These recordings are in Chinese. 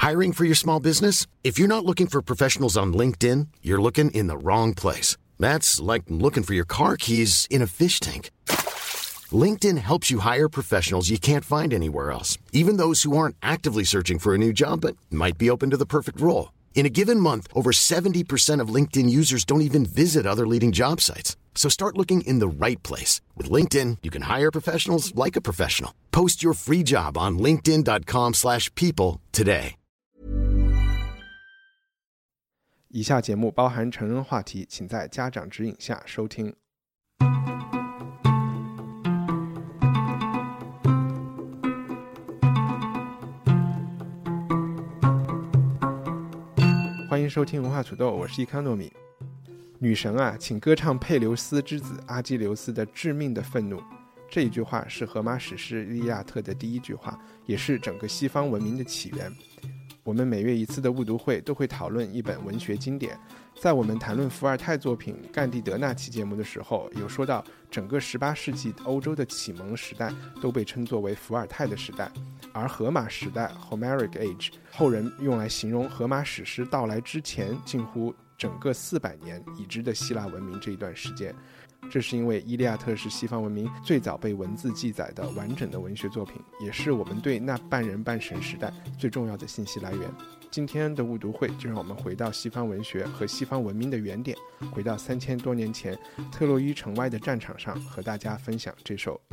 Hiring for your small business? If you're not looking for professionals on LinkedIn, you're looking in the wrong place. That's like looking for your car keys in a fish tank. LinkedIn helps you hire professionals you can't find anywhere else, even those who aren't actively searching for a new job but might be open to the perfect role. In a given month, over 70% of LinkedIn users don't even visit other leading job sites. So start looking in the right place. With LinkedIn, you can hire professionals like a professional. Post your free job on linkedin.com/people today. 以下节目包含成人话题，请在家长指引下收听。欢迎收听文化土豆，我是伊康糯米。女神啊，请歌唱佩琉斯之子阿基琉斯的致命的愤怒。这一句话是荷马史诗《伊利亚特》的第一句话，也是整个西方文明的起源。我们每月一次的误读会都会讨论一本文学经典。在我们谈论伏尔泰作品《甘地德》那期节目的时候，有说到整个18世纪欧洲的启蒙时代都被称作为伏尔泰的时代，而荷马时代 Homeric Age 后人用来形容荷马史诗到来之前近乎整个400年已知的希腊文明这一段时间。这是因为《伊利亚特》是西方文明最早被文字记载的完整的文学作品，也是我们对那半人半神时代最重要的信息来源。今天的误读会就让我们回到西方文学和西方文明的原点，回到3000多年前特洛伊城外的战场上，和大家分享这首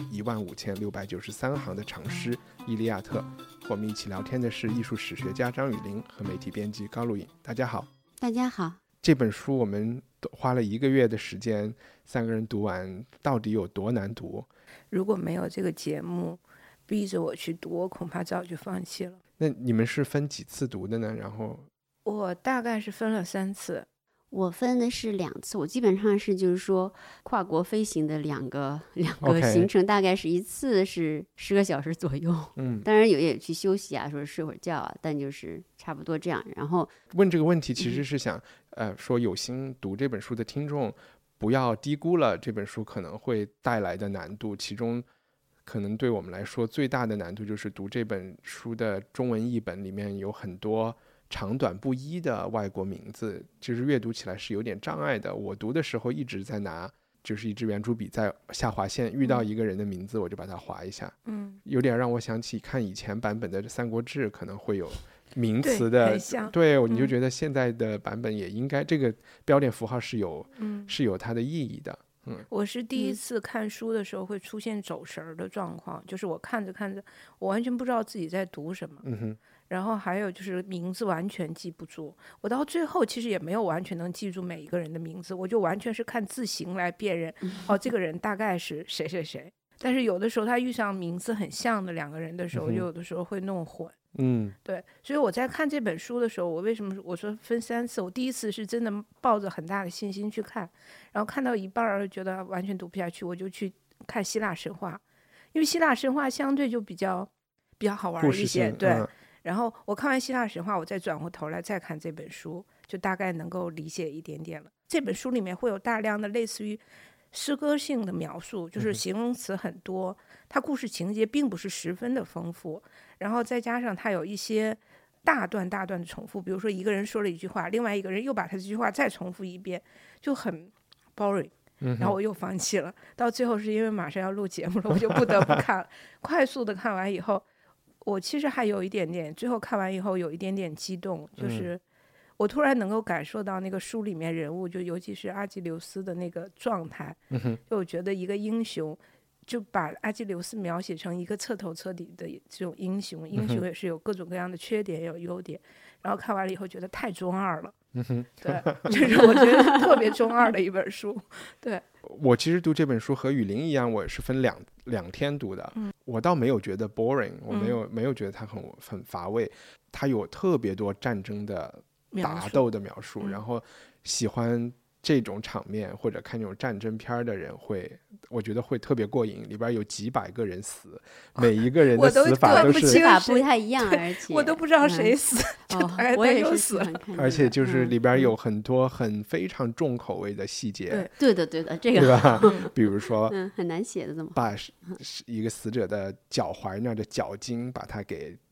15693行的长诗《伊利亚特》。和我们一起聊天的是艺术史学家张雨林和媒体编辑高露颖。大家好。 大家好。 这本书我们花了1个月的时间，3个人读完，到底有多难读？ 如果没有这个节目逼着我去读，我恐怕早就放弃了。 那你们是分几次读的呢？然后我大概是分了3次。 我分的是2次，我基本上是就是说跨国飞行的两个行程，大概是一次是10个小时左右。当然也去休息啊，说睡会儿觉啊，但就是差不多这样。然后问这个问题其实是想说有心读这本书的听众不要低估了这本书可能会带来的难度，其中可能对我们来说最大的难度就是读这本书的中文译本里面有很多长短不一的外国名字，就是阅读起来是有点障碍的。我读的时候一直在拿就是一支圆珠笔在下划线，遇到一个人的名字我就把它划一下。有点让我想起看以前版本的《三国志》可能会有名词的，对，你就觉得现在的版本也应该这个标点符号是有它的意义的。 我是第一次看书的时候会出现走神的状况，就是我看着看着我完全不知道自己在读什么。然后还有就是名字完全记不住，我到最后其实也没有完全能记住每一个人的名字，我就完全是看字形来辨认，这个人大概是谁谁谁。但是有的时候他遇上名字很像的2个人的时候，就有的时候会弄混。对，所以我在看这本书的时候，我为什么我说分3次，我第一次是真的抱着很大的信心去看，然后看到一半觉得完全读不下去，我就去看希腊神话，因为希腊神话相对就比较好玩一些。对，然后我看完希腊神话，我再转过头来再看这本书，就大概能够理解一点点了。这本书里面会有大量的类似于诗歌性的描述，就是形容词很多，它故事情节并不是十分的丰富，然后再加上它有一些大段的重复，比如说一个人说了一句话，另外一个人又把他这句话再重复一遍，就很 boring。然后我又放弃了，到最后是因为马上要录节目了，我就不得不看快速的看完以后，我其实还有一点点，最后看完以后有一点点激动，就是我突然能够感受到那个书里面人物，就尤其是阿基琉斯的那个状态，就我觉得一个英雄就把阿基琉斯描写成一个彻头彻底的这种英雄也是有各种各样的缺点也有优点，然后看完了以后觉得太中二了。对，就是我觉得特别中二的一本书。对， 我其实读这本书和雨林一样，我是分两天读的。我倒没有觉得 boring， 我没有觉得它很乏味，它有特别多战争的打斗的描述，然后喜欢这种场面或者看这种战争片的人我觉得会特别过瘾，里边有几百个人死，每一个人的死法都是死法不太一样，而且我都不知道谁死， 我也是死了， 而且就是里边有很多非常重口味的细节。 对的这个对吧？比如说很难写的，怎么把一个死者的脚踝那儿的脚筋把它给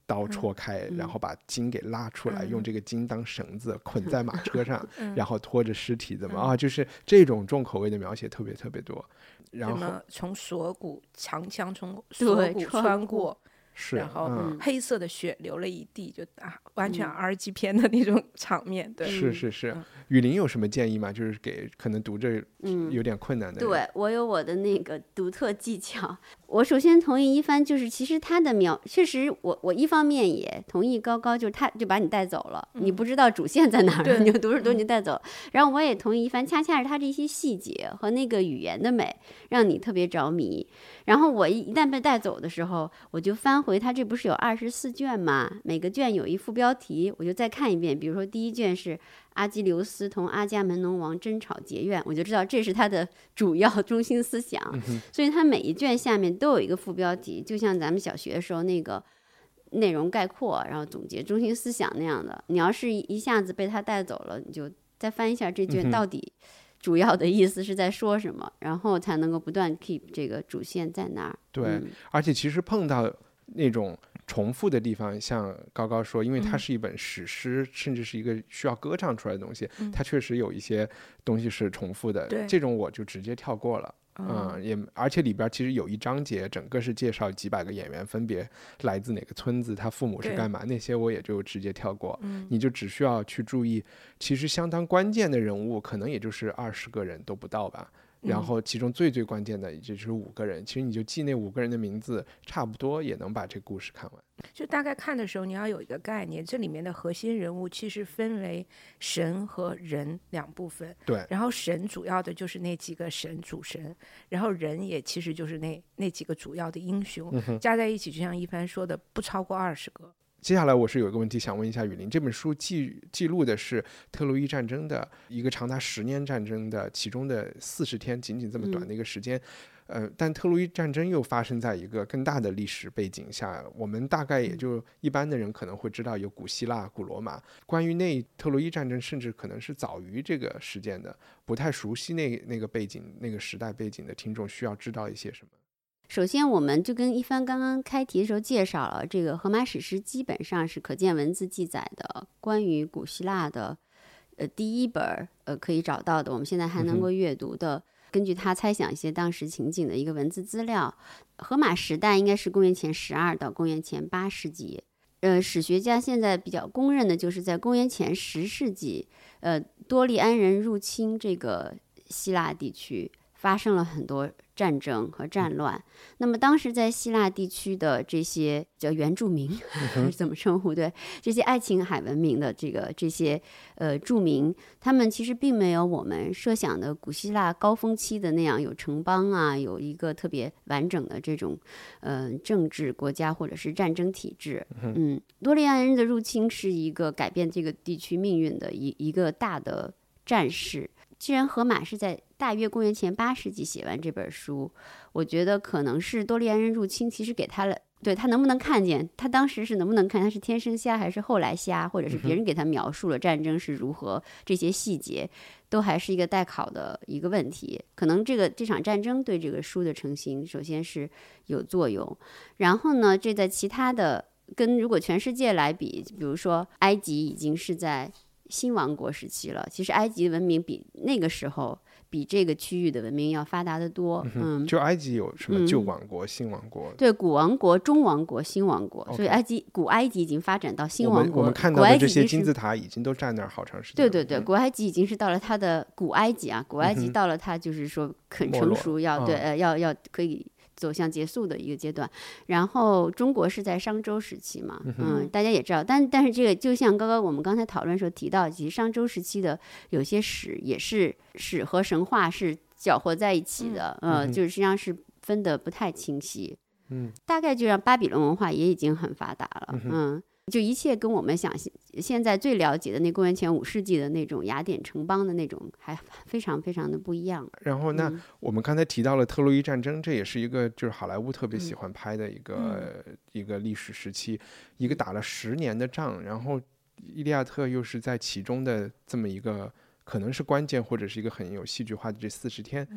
刀戳开，然后把筋给拉出来，用这个筋当绳子捆在马车上，然后拖着尸体怎么就是这种重口味的描写特别特别多。然后从锁骨长枪从锁骨穿过， 是， 然后黑色的血流了一地，就完全 R 级片的那种场面。对， 是。雨林有什么建议吗？就是给可能读着有点困难的人。 对，我有我的那个独特技巧。我首先同意一帆，就是其实他的确实我一方面也同意高高，就是他就把你带走了，你不知道主线在哪儿，你就读着读你就带走。然后我也同意一帆，恰恰是他这些细节和那个语言的美让你特别着迷。然后我一旦被带走的时候，我就翻回他这不是有24卷吗？每个卷有一副标题，我就再看一遍。比如说第一卷是阿基琉斯同阿伽门农王争吵结怨，我就知道这是他的主要中心思想。所以他每一卷下面都有一个副标题，就像咱们小学的时候那个内容概括然后总结中心思想那样的。你要是一下子被他带走了，你就再翻一下这卷到底主要的意思是在说什么，然后才能够不断 keep 这个主线在那儿。 对，而且其实碰到那种重复的地方，像高高说，因为它是一本史诗，甚至是一个需要歌唱出来的东西，它确实有一些东西是重复的，这种我就直接跳过了。而且里边其实有一章节整个是介绍几百个演员分别来自哪个村子，他父母是干嘛，那些我也就直接跳过。你就只需要去注意其实相当关键的人物可能也就是20个人都不到吧，然后其中最关键的也就是5个人，其实你就记那5个人的名字，差不多也能把这故事看完。 就大概看的时候你要有一个概念，这里面的核心人物其实分为神和人2部分。 对， 然后神主要的就是那几个神主神，然后人也其实就是那几个主要的英雄，加在一起就像一帆说的不超过20个。 接下来我是有一个问题想问一下雨林，这本书记录的是特洛伊战争的一个长达10年战争的其中的40天，仅仅这么短的一个时间。但特洛伊战争又发生在一个更大的历史背景下，我们大概也就一般的人可能会知道有古希腊、古罗马。关于特洛伊战争，甚至可能是早于这个事件的，不太熟悉那个背景、那个时代背景的听众需要知道一些什么？ 首先我们就跟一帆刚刚开题的时候介绍了，这个荷马史诗基本上是可见文字记载的关于古希腊的第一本可以找到的，我们现在还能够阅读的，根据他猜想一些当时情景的一个文字资料。荷马时代应该是公元前12到公元前8世纪。史学家现在比较公认的就是在公元前10世纪，多利安人入侵这个希腊地区，发生了很多战争和战乱。那么当时在希腊地区的这些叫原住民怎么称呼，对，这些爱琴海文明的这些住民，他们其实并没有我们设想的古希腊高峰期的那样有城邦啊，有一个特别完整的这种政治国家或者是战争体制。多利安人的入侵是一个改变这个地区命运的一个大的战事。既然荷马是在大约公元前8世纪写完这本书，我觉得可能是多利安人入侵其实给他了，对，他能不能看见，他当时是能不能看，他是天生瞎还是后来瞎，或者是别人给他描述了战争是如何，这些细节都还是一个待考的一个问题。可能这场战争对这个书的成型首先是有作用，然后呢，这在其他的跟如果全世界来比，比如说埃及已经是在新王国时期了，其实埃及文明比那个时候比这个区域的文明要发达得多。 就埃及有什么旧王国、新王国？ 对，古王国、中王国、新王国，所以古埃及已经发展到新王国。 我们看到的这些金字塔已经都站那儿好长时间了。 对，古埃及已经是到了它的古埃及啊，古埃及到了它就是说很成熟，要可以走向结束的一个阶段。然后中国是在商周时期嘛，大家也知道，但是这个就像我们刚才讨论的时候提到，其实商周时期的有些史也是史和神话是搅和在一起的，就是实际上是分得不太清晰。大概就让巴比伦文化也已经很发达了，就一切跟我们现在最了解的那公元前5世纪的那种雅典城邦的那种还非常非常的不一样。 然后那我们刚才提到了特洛伊战争，这也是一个就是好莱坞特别喜欢拍的一个历史时期，一个打了10年的仗，然后伊利亚特又是在其中的这么一个可能是关键或者是一个很有戏剧化的这40天。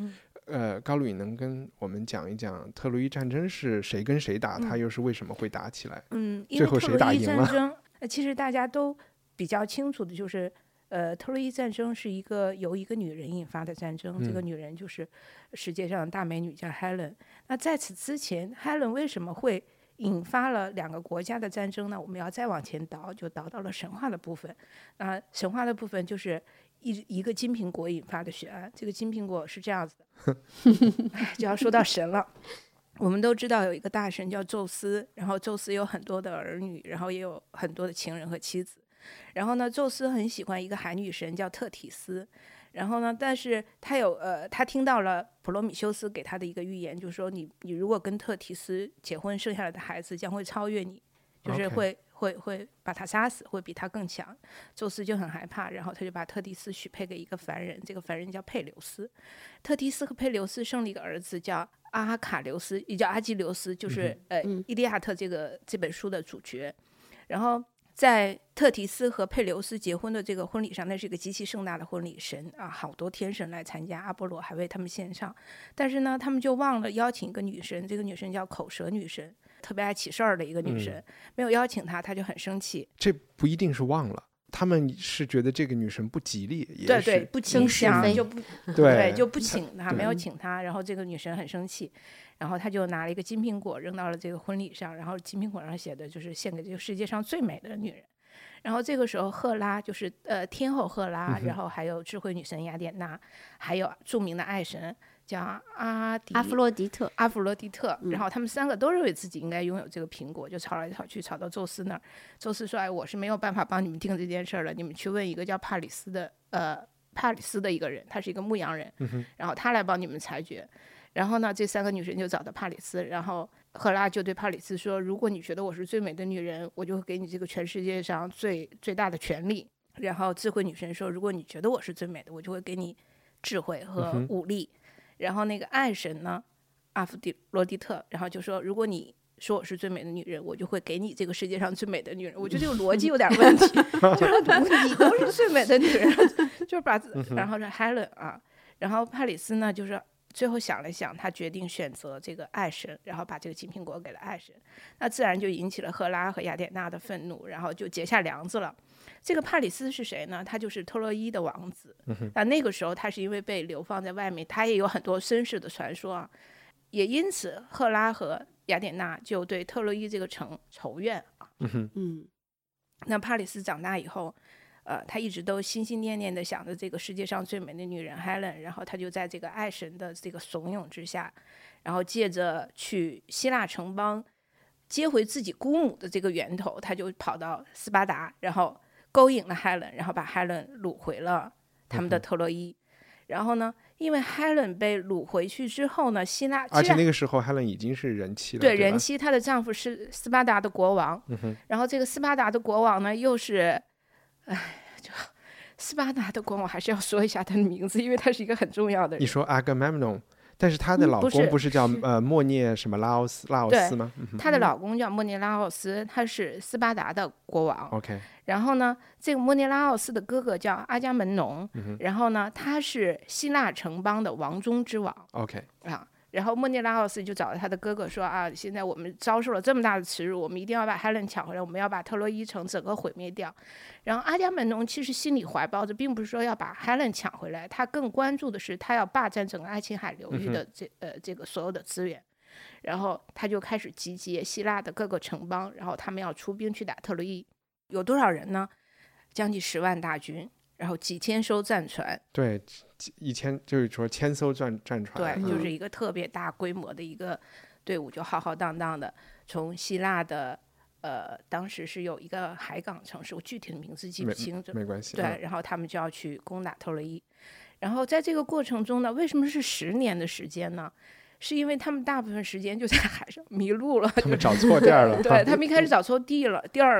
高露颖能跟我们讲一讲特洛伊战争是谁跟谁打，它又是为什么会打起来？最后谁打赢了？ 因为特洛伊战争其实大家都比较清楚的就是，特洛伊战争是由一个女人引发的战争，这个女人就是世界上的大美女叫 Helen。那在此之前 ，Helen 为什么会引发了2个国家的战争呢？我们要再往前倒，就倒到了神话的部分。神话的部分就是一个金苹果引发的血案。这个金苹果是这样子的，就要说到神了。我们都知道有一个大神叫宙斯，然后宙斯有很多的儿女，然后也有很多的情人和妻子。然后呢，宙斯很喜欢一个海女神叫特提斯。然后呢，但是他听到了普罗米修斯给他的一个预言，就是说你如果跟特提斯结婚，生下来的孩子将会超越你，就是会把他杀死，会比他更强。宙斯就很害怕，然后他就把特提斯许配给一个凡人，这个凡人叫佩琉斯。特提斯和佩琉斯生了一个儿子叫阿卡琉斯，也叫阿基琉斯，就是伊利亚特这本书的主角。然后在特提斯和佩琉斯结婚的这个婚礼上，那是一个极其盛大的婚礼，好多天神来参加，阿波罗还为他们献上。但是呢，他们就忘了邀请一个女神，这个女神叫口舌女神，特别爱起事儿的一个女神，没有邀请她，她就很生气。 这不一定是忘了，他们是觉得这个女神不吉利， 对，不吉祥，就不请她，没有请她，然后这个女神很生气。然后他就拿了一个金苹果扔到了这个婚礼上，然后金苹果上写的就是献给这个世界上最美的女人。然后这个时候赫拉就是天后赫拉，然后还有智慧女神雅典娜，还有著名的爱神叫阿弗洛狄特， 然后他们3个都认为自己应该拥有这个苹果，就吵来吵去，吵到宙斯那儿。宙斯说：“我是没有办法帮你们定这件事了，你们去问一个叫帕里斯的一个人，他是一个牧羊人，然后他来帮你们裁决。”然后呢，这3个女神就找到帕里斯，然后赫拉就对帕里斯说：“如果你觉得我是最美的女人，我就会给你这个全世界上最大的权利。”然后智慧女神说：“如果你觉得我是最美的，我就会给你智慧和武力。然后那个爱神呢，阿弗罗狄特，然后就说：“如果你说我是最美的女人，我就会给你这个世界上最美的女人。”我觉得这个逻辑有点问题，就是你都是最美的女人，就是把然后是 Helen 啊，然后帕里斯呢就是最后想了想，他决定选择这个爱神，然后把这个金苹果给了爱神，那自然就引起了赫拉和雅典娜的愤怒，然后就结下梁子了。这个帕里斯是谁呢？他就是特洛伊的王子。那个时候他是因为被流放在外面，他也有很多身世的传说啊，也因此赫拉和雅典娜就对特洛伊这个城仇怨啊。那帕里斯长大以后。他一直都心心念念的想着这个世界上最美的女人 Helen， 然后他就在这个爱神的这个怂恿之下，然后借着去希腊城邦接回自己姑母的这个源头，他就跑到斯巴达，然后勾引了 Helen， 然后把 Helen 掳回了他们的特洛伊。然后呢，因为 Helen 被掳回去之后呢， 而且那个时候 Helen 已经是人妻了， 对，人妻，她的丈夫是斯巴达的国王。然后这个斯巴达的国王呢，又是就斯巴达的国王，还是要说一下他的名字，因为他是一个很重要的人。 你说 Agamemnon， 但是他的老公不是叫莫涅什么拉奥斯吗？ 他的老公叫莫涅拉奥斯，他是斯巴达的国王。 OK， 然后呢，这个莫涅拉奥斯的哥哥叫阿伽门农，然后呢，他是希腊城邦的王中之王。 OK 啊。然后莫涅拉奥斯就找了他的哥哥说啊，现在我们遭受了这么大的耻辱，我们一定要把 Helen 抢回来，我们要把特洛伊城整个毁灭掉。然后阿伽门农其实心里怀抱着，并不是说要把 Helen 抢回来，他更关注的是他要霸占整个爱琴海流域的这个所有的资源。然后他就开始集结希腊的各个城邦，然后他们要出兵去打特洛伊。有多少人呢？将近10万大军，然后几千艘战船。 对，就是说1000艘战船。 对，就是一个特别大规模的一个队伍，就浩浩荡荡的从希腊的当时是有一个海港城市，我具体的名字记不清， 没关系。 对，然后他们就要去攻打特洛伊。然后在这个过程中呢，为什么是10年的时间呢？是因为他们大部分时间就在海上迷路了， 他们找错地儿了。 对，他们一开始找错地儿了，他们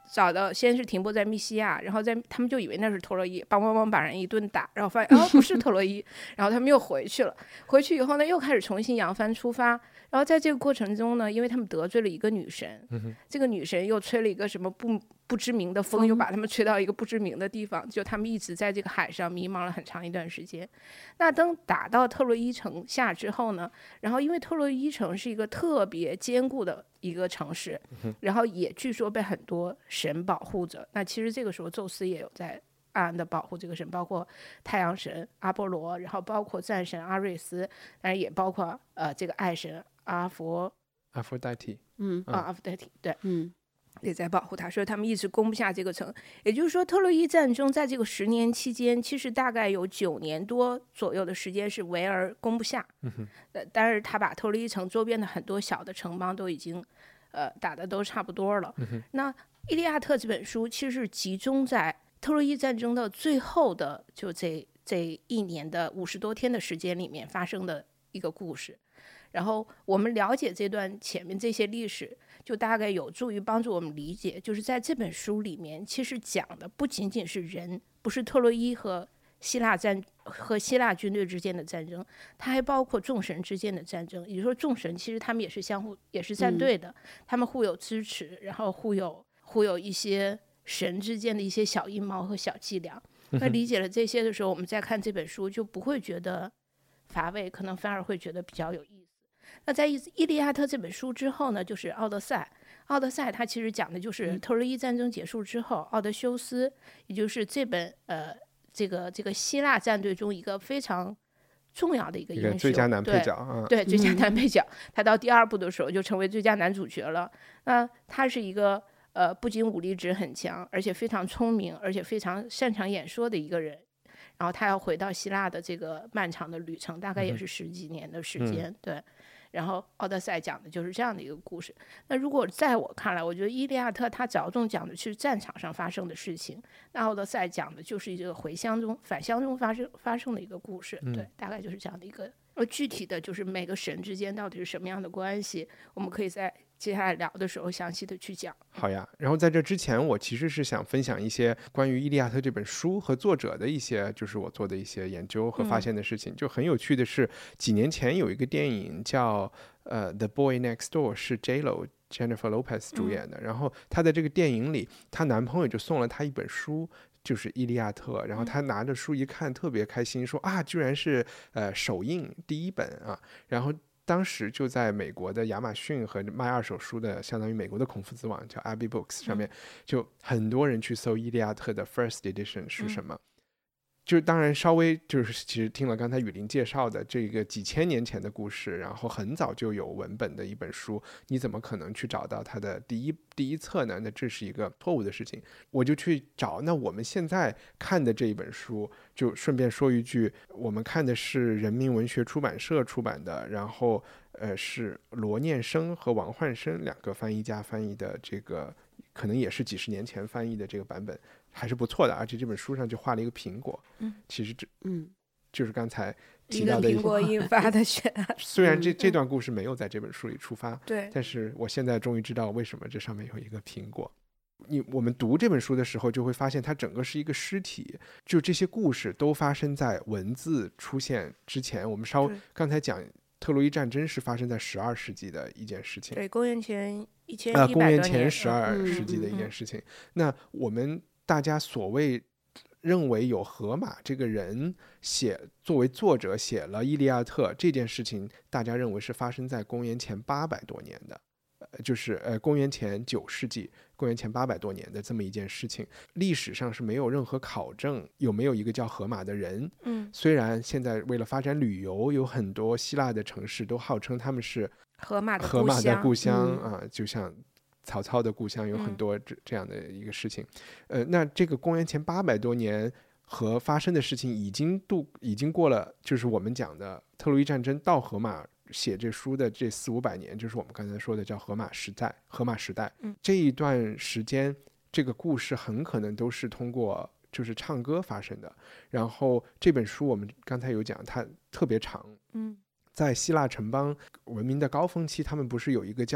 找到，先是停泊在密西亚，然后他们就以为那是特洛伊，梆梆梆把人一顿打，然后发现不是特洛伊，然后他们又回去了。回去以后呢，又开始重新扬帆出发。然后在这个过程中呢，因为他们得罪了一个女神，这个女神又吹了一个什么不知名的风，又把他们吹到一个不知名的地方，就他们一直在这个海上迷茫了很长一段时间。那等打到特洛伊城下之后呢，然后因为特洛伊城是一个特别坚固的一个城市，然后也据说被很多神保护着。那其实这个时候宙斯也有在暗暗的保护这个神，包括太阳神阿波罗，然后包括战神阿瑞斯，当然也包括这个爱神阿佛代替， 阿佛代替，对，也在保护他，所以他们一直攻不下这个城。也就是说，特洛伊战争在这个10年期间，其实大概有9年多左右的时间是围而攻不下。但是他把特洛伊城周边的很多小的城邦都已经打的都差不多了。那《伊利亚特》这本书其实是集中在特洛伊战争的最后的就这1年的50多天的时间里面发生的一个故事。然后我们了解这段前面这些历史，就大概有助于帮助我们理解，就是在这本书里面其实讲的不仅仅是人，不是特洛伊和希腊军队之间的战争，它还包括众神之间的战争。也就是说众神其实他们也是也是站队的，他们互有支持，然后互有一些神之间的一些小阴谋和小伎俩。那理解了这些的时候，我们再看这本书就不会觉得乏味，可能反而会觉得比较有意思。那在《伊利亚特》这本书之后呢，就是《奥德赛》。奥德赛它其实讲的就是特洛伊战争结束之后，奥德修斯，也就是这本这个希腊战队中一个非常重要的一个英雄， 最佳男配角， 对，最佳男配角。他到第2部的时候就成为最佳男主角了。那他是一个不仅武力值很强，而且非常聪明，而且非常擅长演说的一个人。然后他要回到希腊的这个漫长的旅程，大概也是10几年的时间，对。然后奥德赛讲的就是这样的一个故事。那如果在我看来，我觉得伊利亚特他着重讲的是战场上发生的事情，那奥德赛讲的就是这个返乡中发生的一个故事，对，大概就是这样的一个。具体的就是每个神之间到底是什么样的关系，我们可以在接下来聊的时候详细的去讲。 好呀，然后在这之前我其实是想分享一些关于《伊利亚特》这本书和作者的一些就是我做的一些研究和发现的事情。就很有趣的是，几年前有一个电影叫The Boy Next Door， 是 Jennifer Lopez 主演的，然后她在这个电影里，她男朋友就送了她一本书，就是《伊利亚特》，然后她拿着书一看特别开心，说居然是首映第1本啊。然后当时就在美国的亚马逊和卖2手书的相当于美国的孔夫子网叫 Abbey Books 上面，就很多人去搜《伊利亚特》的 First Edition 是什么。就当然稍微就是其实听了刚才雨林介绍的这个几千年前的故事，然后很早就有文本的一本书，你怎么可能去找到它的第一册呢？那这是一个错误的事情。我就去找，那我们现在看的这一本书，就顺便说一句，我们看的是人民文学出版社出版的，然后是罗念生和王焕生2个翻译家翻译的，这个可能也是几十年前翻译的这个版本，还是不错的。而且这本书上就画了一个苹果，其实就是刚才提到的一个苹果引发的血案。 虽然这段故事没有在这本书里出发， 对， 但是我现在终于知道为什么这上面有一个苹果。我们读这本书的时候就会发现它整个是一个尸体，就这些故事都发生在文字出现之前。我们刚才讲特洛伊战争是发生在12世纪的一件事情， 对，公元前1100多年， 公元前12世纪的一件事情。那我们大家所谓认为有荷马这个人作为作者写了《伊利亚特》这件事情，大家认为是发生在公元前800多年的，就是公元前9世纪，公元前800多年的这么一件事情。历史上是没有任何考证有没有一个叫荷马的人。虽然现在为了发展旅游，有很多希腊的城市都号称他们是荷马的故乡就像曹操的故乡有很多这样的一个事情。那这个公元前800多年和发生的事情已经过了，就是我们讲的特洛伊战争到荷马写这书的这400-500年，就是我们刚才说的叫荷马时代。这一段时间这个故事很可能都是通过就是唱歌发生的。然后这本书我们刚才有讲它特别长，在希腊城邦文明的高峰期，他们不是有一个叫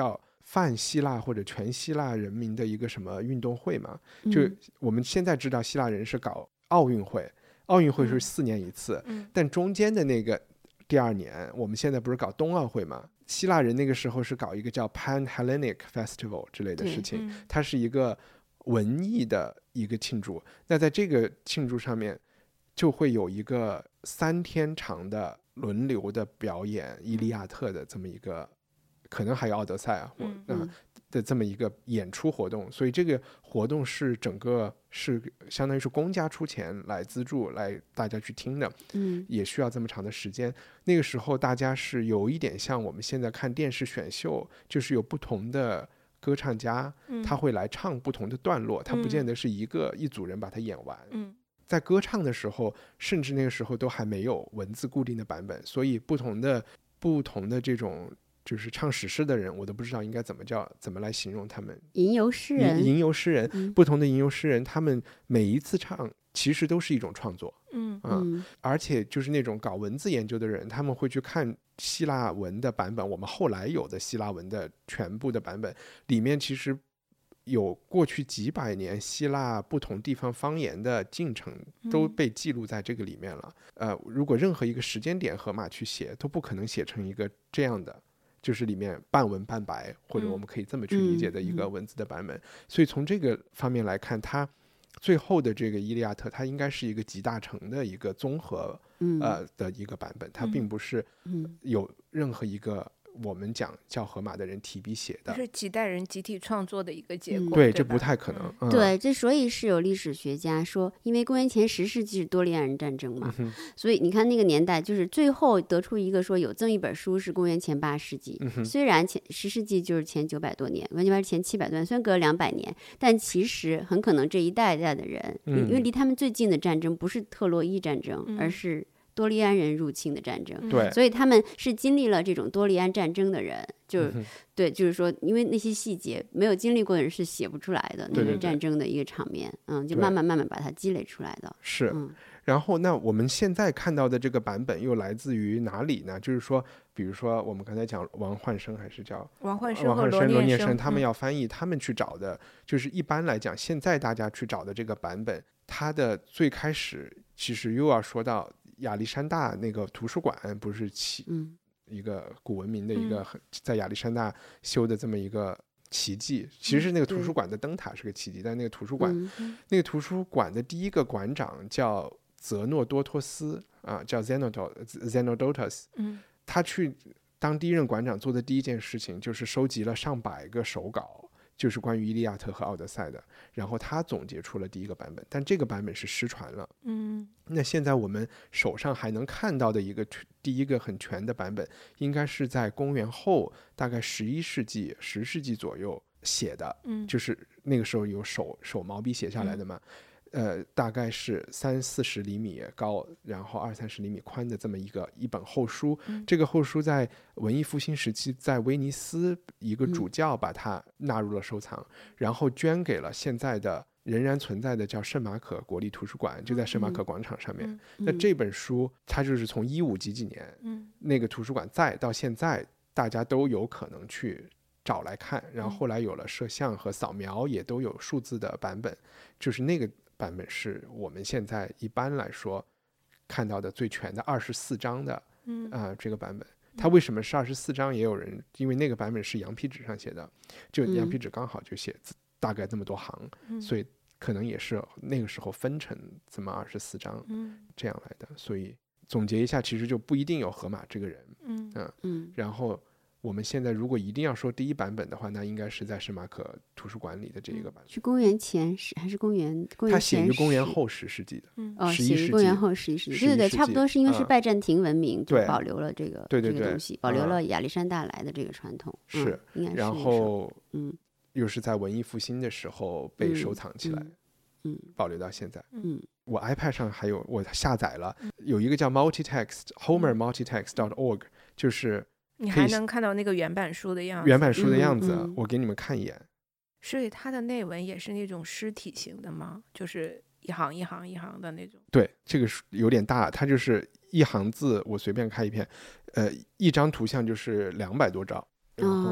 泛希腊或者全希腊人民的一个什么运动会嘛，就我们现在知道希腊人是搞奥运会，奥运会是4年一次，但中间的那个第2年，我们现在不是搞冬奥会嘛，希腊人那个时候是搞一个叫 Pan-Hellenic Festival 之类的事情，它是一个文艺的一个庆祝。那在这个庆祝上面就会有一个3天长的轮流的表演伊利亚特的这么一个，可能还有奥德赛啊，的这么一个演出活动。所以这个活动是整个是相当于是公家出钱来资助来大家去听的，也需要这么长的时间。那个时候大家是有一点像我们现在看电视选秀，就是有不同的歌唱家，他会来唱不同的段落，他不见得是一组人把它演完。在歌唱的时候，甚至那个时候都还没有文字固定的版本，所以不同的这种就是唱史诗的人，我都不知道应该怎么来形容他们。吟游诗人，不同的吟游诗人，他们每一次唱其实都是一种创作。而且就是那种搞文字研究的人，他们会去看希腊文的版本，我们后来有的希腊文的全部的版本里面，其实有过去几百年希腊不同地方方言的进程都被记录在这个里面了。如果任何一个时间点荷马去写，都不可能写成一个这样的，就是里面半文半白，或者我们可以这么去理解的一个文字的版本。所以从这个方面来看，它最后的这个伊利亚特，它应该是一个集大成的一个综合的一个版本，它并不是有任何一个我们讲叫荷马的人提笔写的， 是几代人集体创作的一个结果。 对，这不太可能。 对，这所以是有历史学家说，因为公元前10世纪是多利安人战争嘛，所以你看那个年代，就是最后得出一个说有这么一本书是公元前8世纪，虽然10世纪就是前900多年，公元前700多年，虽然隔了200年，但其实很可能这一代的人，因为离他们最近的战争不是特洛伊战争，而是多利安人入侵的战争， 对， 所以他们是经历了这种多利安战争的人，对，就是说，因为那些细节没有经历过的人是写不出来的，那个战争的一个场面，就慢慢把它积累出来的。 是，然后那我们现在看到的这个版本又来自于哪里呢？就是说，比如说我们刚才讲王焕生还是叫王焕生和罗念生，他们要翻译，他们去找的，就是一般来讲，现在大家去找的这个版本，它的最开始其实又要说到亚历山大那个图书馆，不是一个古文明的一个在亚历山大修的这么一个奇迹。其实那个图书馆的灯塔是个奇迹，但那个图书馆的第一个馆长叫泽诺多托斯叫 Zenodotus， 他去当第一任馆长做的第一件事情就是收集了上百个手稿，就是关于伊利亚特和奥德赛的，然后他总结出了第一个版本，但这个版本是失传了。那现在我们手上还能看到的第一个很全的版本，应该是在公元后大概10世纪左右写的，就是那个时候有手毛笔写下来的嘛。大概是30-40厘米高，然后20-30厘米宽的这么一本厚书。这个厚书在文艺复兴时期，在威尼斯一个主教把它纳入了收藏，然后捐给了现在的仍然存在的叫圣马可国立图书馆，就在圣马可广场上面。那这本书它就是从15几年，那个图书馆到现在大家都有可能去找来看，然后后来有了摄像和扫描，也都有数字的版本，就是那个版本是我们现在一般来说看到的最全的24章的这个版本。它为什么是24章？也有人因为那个版本是羊皮纸上写的，就羊皮纸刚好就写大概那么多行，所以可能也是那个时候分成这么24章这样来的。所以总结一下，其实就不一定有荷马这个人。然后我们现在如果一定要说第一版本的话，那应该是在圣马可图书馆里的这一个版本。 是公元前还是公元前？ 他写于公元后10世纪的。 写于公元后11世纪。对，差不多是因为是拜占庭文明，就保留了这个东西，保留了亚历山大来的这个传统。 是， 应该是。 然后又是在文艺复兴的时候被收藏起来，保留到现在。我 iPad 上还有，我下载了有一个叫 Homer multitext.org， 就是你还能看到那个原版书的样子。我给你们看一眼。 所以它的内文也是那种诗体型的吗？就是一行一行一行的那种？ 对，这个有点大，它就是一行字，我随便开一篇，一张图像就是200多兆，然后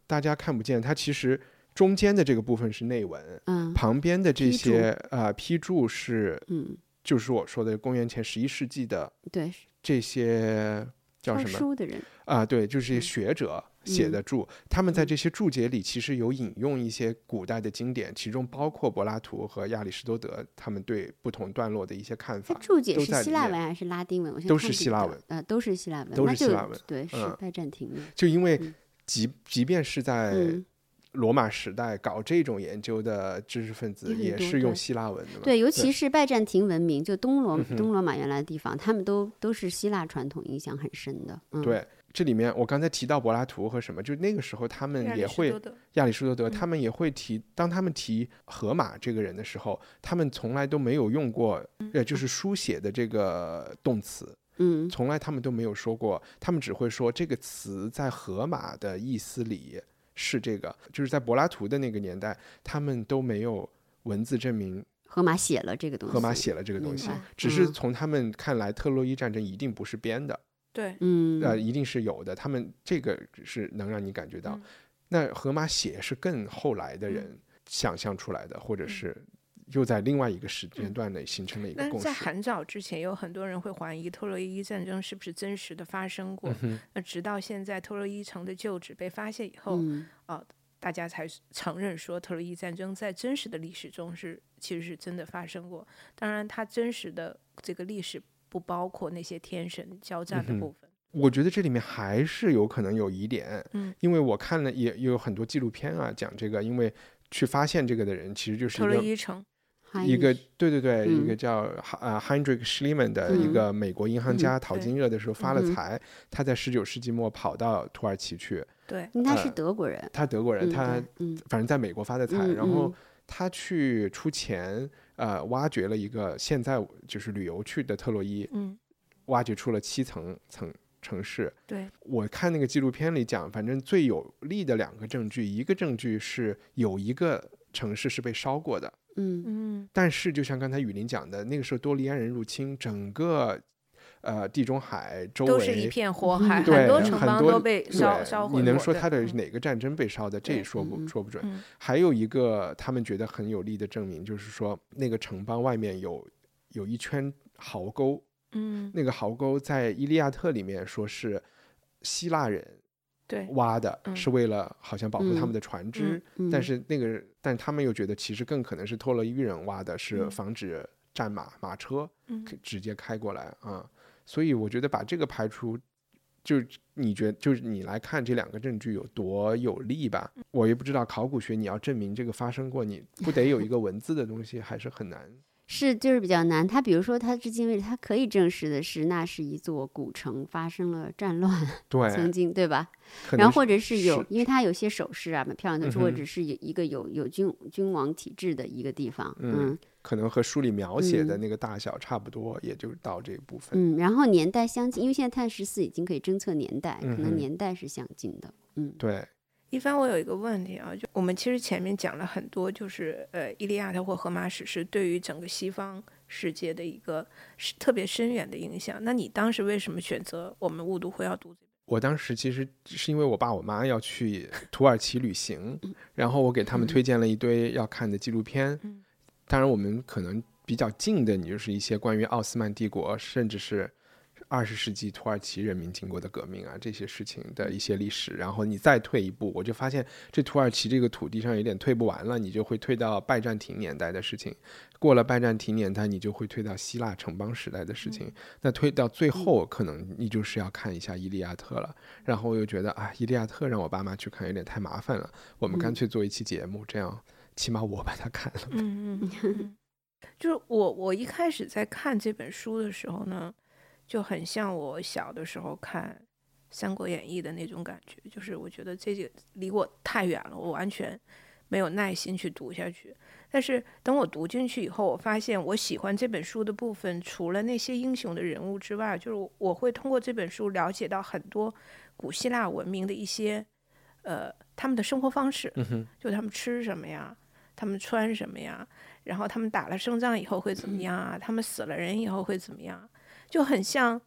大家看不见，它其实中间的这个部分是内文，旁边的这些批注是，就是我说的公元前11世纪的这些叫什么书的人对，就是这些学者写的注，他们在这些注解里其实有引用一些古代的经典，其中包括柏拉图和亚里士多德他们对不同段落的一些看法。 注解是希腊文还是拉丁文？ 都是希腊文， 都是希腊文， 都是希腊文。 对，是拜占庭的。 就因为即便是在罗马时代搞这种研究的知识分子也是用希腊文的嘛。 对，尤其是拜占庭文明，就东罗马原来的地方，他们都是希腊传统影响很深的。 对，这里面我刚才提到柏拉图和什么，就那个时候他们也会亚里士多德他们也会提，当他们提荷马这个人的时候，他们从来都没有用过就是书写的这个动词，从来他们都没有说过，他们只会说这个词在荷马的意思里是这个，就是在柏拉图的那个年代，他们都没有文字证明荷马写了这个东西， 只是从他们看来，特洛伊战争一定不是编的， 对， 一定是有的，他们这个是能让你感觉到。那荷马写是更后来的人想象出来的，或者是又在另外一个时间段内形成了一个共识。 在很早之前，有很多人会怀疑特洛伊战争是不是真实的发生过。那直到现在，特洛伊城的旧址被发现以后，大家才承认说特洛伊战争在真实的历史中其实是真的发生过。当然，它真实的这个历史不包括那些天神交战的部分。 我觉得这里面还是有可能有疑点，因为我看了也有很多纪录片讲这个，因为去发现这个的人其实就是特洛伊城。 一个对，一个叫Heinrich Schliemann 的一个美国银行家，淘金热的时候发了财，他在19世纪末跑到土耳其去。 对， 他是德国人， 他反正在美国发的财，然后他去出钱挖掘了一个现在就是旅游去的特洛伊，挖掘出了7层城市。 对， 我看那个纪录片里讲，反正最有力的2个证据，一个证据是有一个城市是被烧过的。但是就像刚才雨林讲的，那个时候多利安人入侵，整个地中海周围都是一片火海， 很多城邦都被烧毁。 你能说它的哪个战争被烧的？这也说不准。还有一个他们觉得很有力的证明，就是说那个城邦外面有一圈壕沟，那个壕沟在《伊利亚特》里面说是希腊人挖的，是为了好像保护他们的船只，但他们又觉得其实更可能是特洛伊人挖的，是防止战马车直接开过来所以我觉得把这个排除，就是你来看这2个证据有多有力吧。我也不知道考古学你要证明这个发生过，你不得有一个文字的东西，还是很难。 就是比较难。他比如说他至今为止他可以证实的是那是一座古城发生了战乱， 对， 曾经对吧？然后或者是因为他有些首饰蛮漂亮的，或者是一个有君王体制的一个地方， 可能和书里描写的那个大小差不多，也就到这一部分。 然后年代相近，因为现在碳14已经可以侦测年代，可能年代是相近的。 对。 一帆，我有一个问题就我们其实前面讲了很多，就是伊利亚特或荷马史诗对于整个西方世界的一个特别深远的影响。那你当时为什么选择我们误读会要读这本？ 我当时其实是因为我爸我妈要去土耳其旅行，然后我给他们推荐了一堆要看的纪录片。当然我们可能比较近的，你就是一些关于奥斯曼帝国，甚至是20世纪土耳其人民经过的革命这些事情的一些历史。然后你再退一步，我就发现这土耳其这个土地上有点退不完了，你就会退到拜占庭年代的事情，过了拜占庭年代你就会退到希腊城邦时代的事情，那退到最后可能你就是要看一下伊利亚特了。然后我又觉得伊利亚特让我爸妈去看有点太麻烦了，我们干脆做一期节目，这样起码我把它看了。 就是我一开始在看这本书的时候呢，就很像我小的时候看《三国演义》的那种感觉，就是我觉得这个离我太远了，我完全没有耐心去读下去。但是等我读进去以后，我发现我喜欢这本书的部分，除了那些英雄的人物之外，就是我会通过这本书了解到很多古希腊文明的一些他们的生活方式，就他们吃什么呀，他们穿什么呀，然后他们打了胜仗以后会怎么样他们死了人以后会怎么样，就很像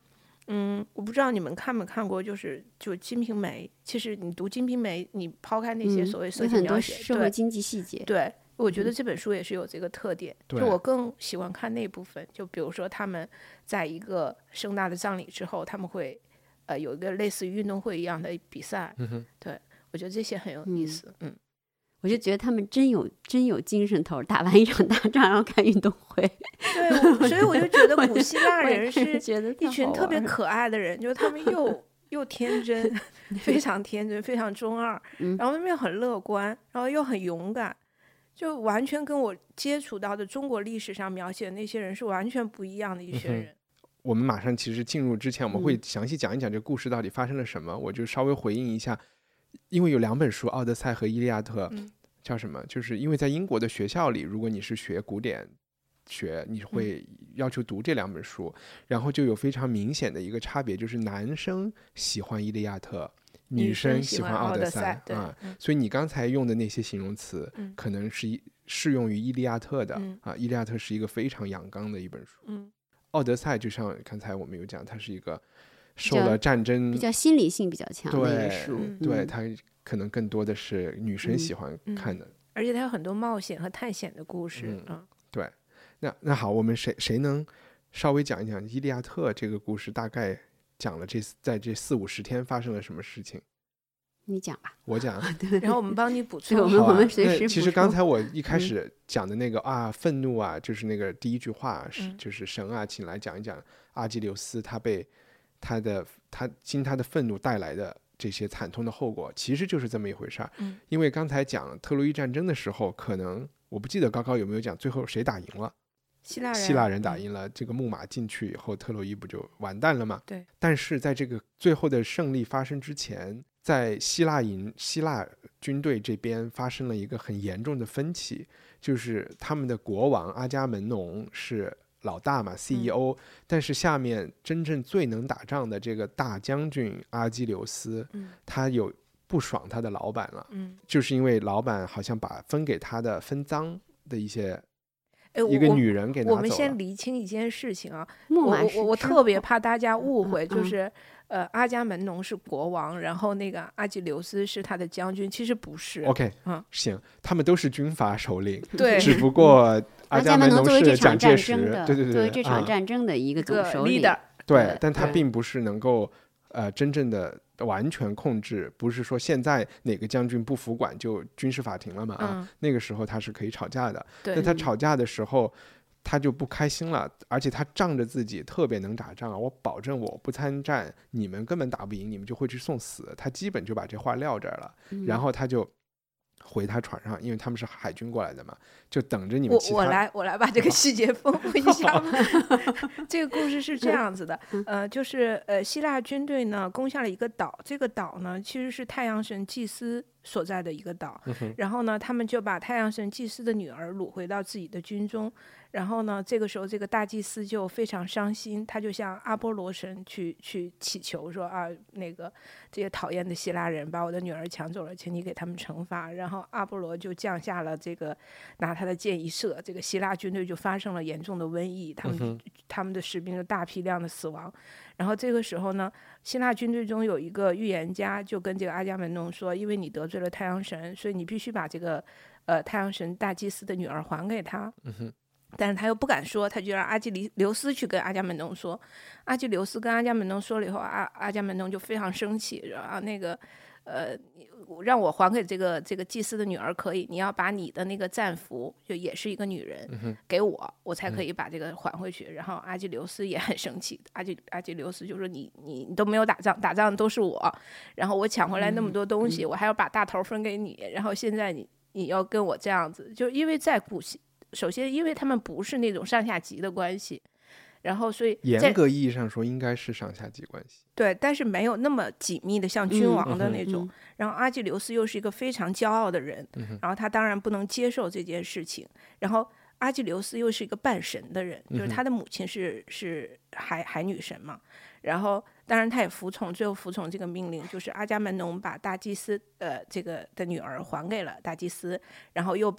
我不知道你们看没看过，就《金瓶梅》。其实你读《金瓶梅》，你抛开那些所谓色情描写， 社会经济细节， 对，我觉得这本书也是有这个特点。就我更喜欢看那部分。就比如说他们在一个盛大的葬礼之后，他们会有一个类似于运动会一样的比赛。对，我觉得这些很有意思。 我就觉得他们真有精神头，打完一场大仗然后看运动会。 对，所以我就觉得古希腊人是一群特别可爱的人，就是他们又天真，非常天真，非常中二，然后他们又很乐观，然后又很勇敢，就完全跟我接触到的中国历史上描写的那些人是完全不一样的一群人。 我们马上其实进入之前，我们会详细讲一讲这个故事到底发生了什么。我就稍微回应一下，因为有2本书《奥德赛》和《伊利亚特》，叫什么？就是因为在英国的学校里，如果你是学古典学，你会要求读这2本书，然后就有非常明显的一个差别，就是男生喜欢《伊利亚特》，女生喜欢《奥德赛》所以你刚才用的那些形容词，可能是适用于《伊利亚特》的《伊利亚特》是一个非常阳刚的一本书。奥德赛就像刚才我们有讲，它是一个受了战争比较心理性比较强的一个书， 对，它可能更多的是女生喜欢看的， 而且它有很多冒险和探险的故事。 对，那好，我们谁能稍微讲一讲《伊利亚特》这个故事，大概讲了在这40-50天发生了什么事情？ 你讲吧， 我讲， 然后我们帮你补充。 我们随时补充。 其实刚才我一开始讲的那个愤怒就是那个第一句话就是神啊，请来讲一讲阿基琉斯他被他的愤怒带来的这些惨痛的后果，其实就是这么一回事儿。因为刚才讲特洛伊战争的时候，可能我不记得高高有没有讲最后谁打赢了。希腊人打赢了，这个木马进去以后，特洛伊不就完蛋了吗？ 对。 但是在这个最后的胜利发生之前，在希腊军队这边发生了一个很严重的分歧，就是他们的国王阿伽门农是老大嘛 CEO，但是下面真正最能打仗的这个大将军阿基琉斯，他有不爽他的老板了，就是因为老板好像把分给他的分赃的一个女人给拿走了。 我们先厘清一件事情啊，我特别怕大家误会，就是阿伽门农是国王，然后那个阿基琉斯是他的将军，其实不是。 OK，行，他们都是军阀首领， 对， 只不过阿伽门农是蒋介石，对， 作为这场战争的一个总首领， 对，但他并不是能够真正的完全控制，不是说现在哪个将军不服管就军事法庭了嘛那个时候他是可以吵架的。那他吵架的时候他就不开心了，而且他仗着自己特别能打仗，我保证我不参战你们根本打不赢，你们就会去送死，他基本就把这话撂这儿了，然后他就回他船上，因为他们是海军过来的嘛，就等着你们其他。 我来把这个细节丰富一下。这个故事是这样子的，就是希腊军队呢攻下了一个岛，这个岛呢其实是太阳神祭司所在的一个岛，然后呢他们就把太阳神祭司的女儿掳回到自己的军中，然后呢这个时候这个大祭司就非常伤心，他就向阿波罗神去祈求说那个这些讨厌的希腊人把我的女儿抢走了，请你给他们惩罚。然后阿波罗就降下了这个拿他的箭一射，这个希腊军队就发生了严重的瘟疫，他们的士兵就大批量的死亡。然后这个时候呢希腊军队中有一个预言家就跟这个阿伽门农说，因为你得罪了太阳神，所以你必须把这个太阳神大祭司的女儿还给他。但是他又不敢说，他就让阿基琉斯去跟阿伽门农说。阿基琉斯跟阿伽门农说了以后，阿伽门农就非常生气，说那个让我还给这个祭司的女儿可以，你要把你的那个战俘就也是一个女人给我才可以把这个还回去。然后阿基琉斯也很生气，阿基琉斯就说你都没有打仗，打仗都是我，然后我抢回来那么多东西，我还要把大头分给你，然后现在你要跟我这样子，就因为在首先因为他们不是那种上下级的关系，然后所以严格意义上说应该是上下级关系， 对，但是没有那么紧密的像君王的那种。然后阿基琉斯又是一个非常骄傲的人，然后他当然不能接受这件事情。然后阿基琉斯又是一个半神的人，就是他的母亲是海女神嘛，然后当然他也最后服从这个命令，就是阿伽门农把大祭司这个的女儿还给了大祭司，然后又把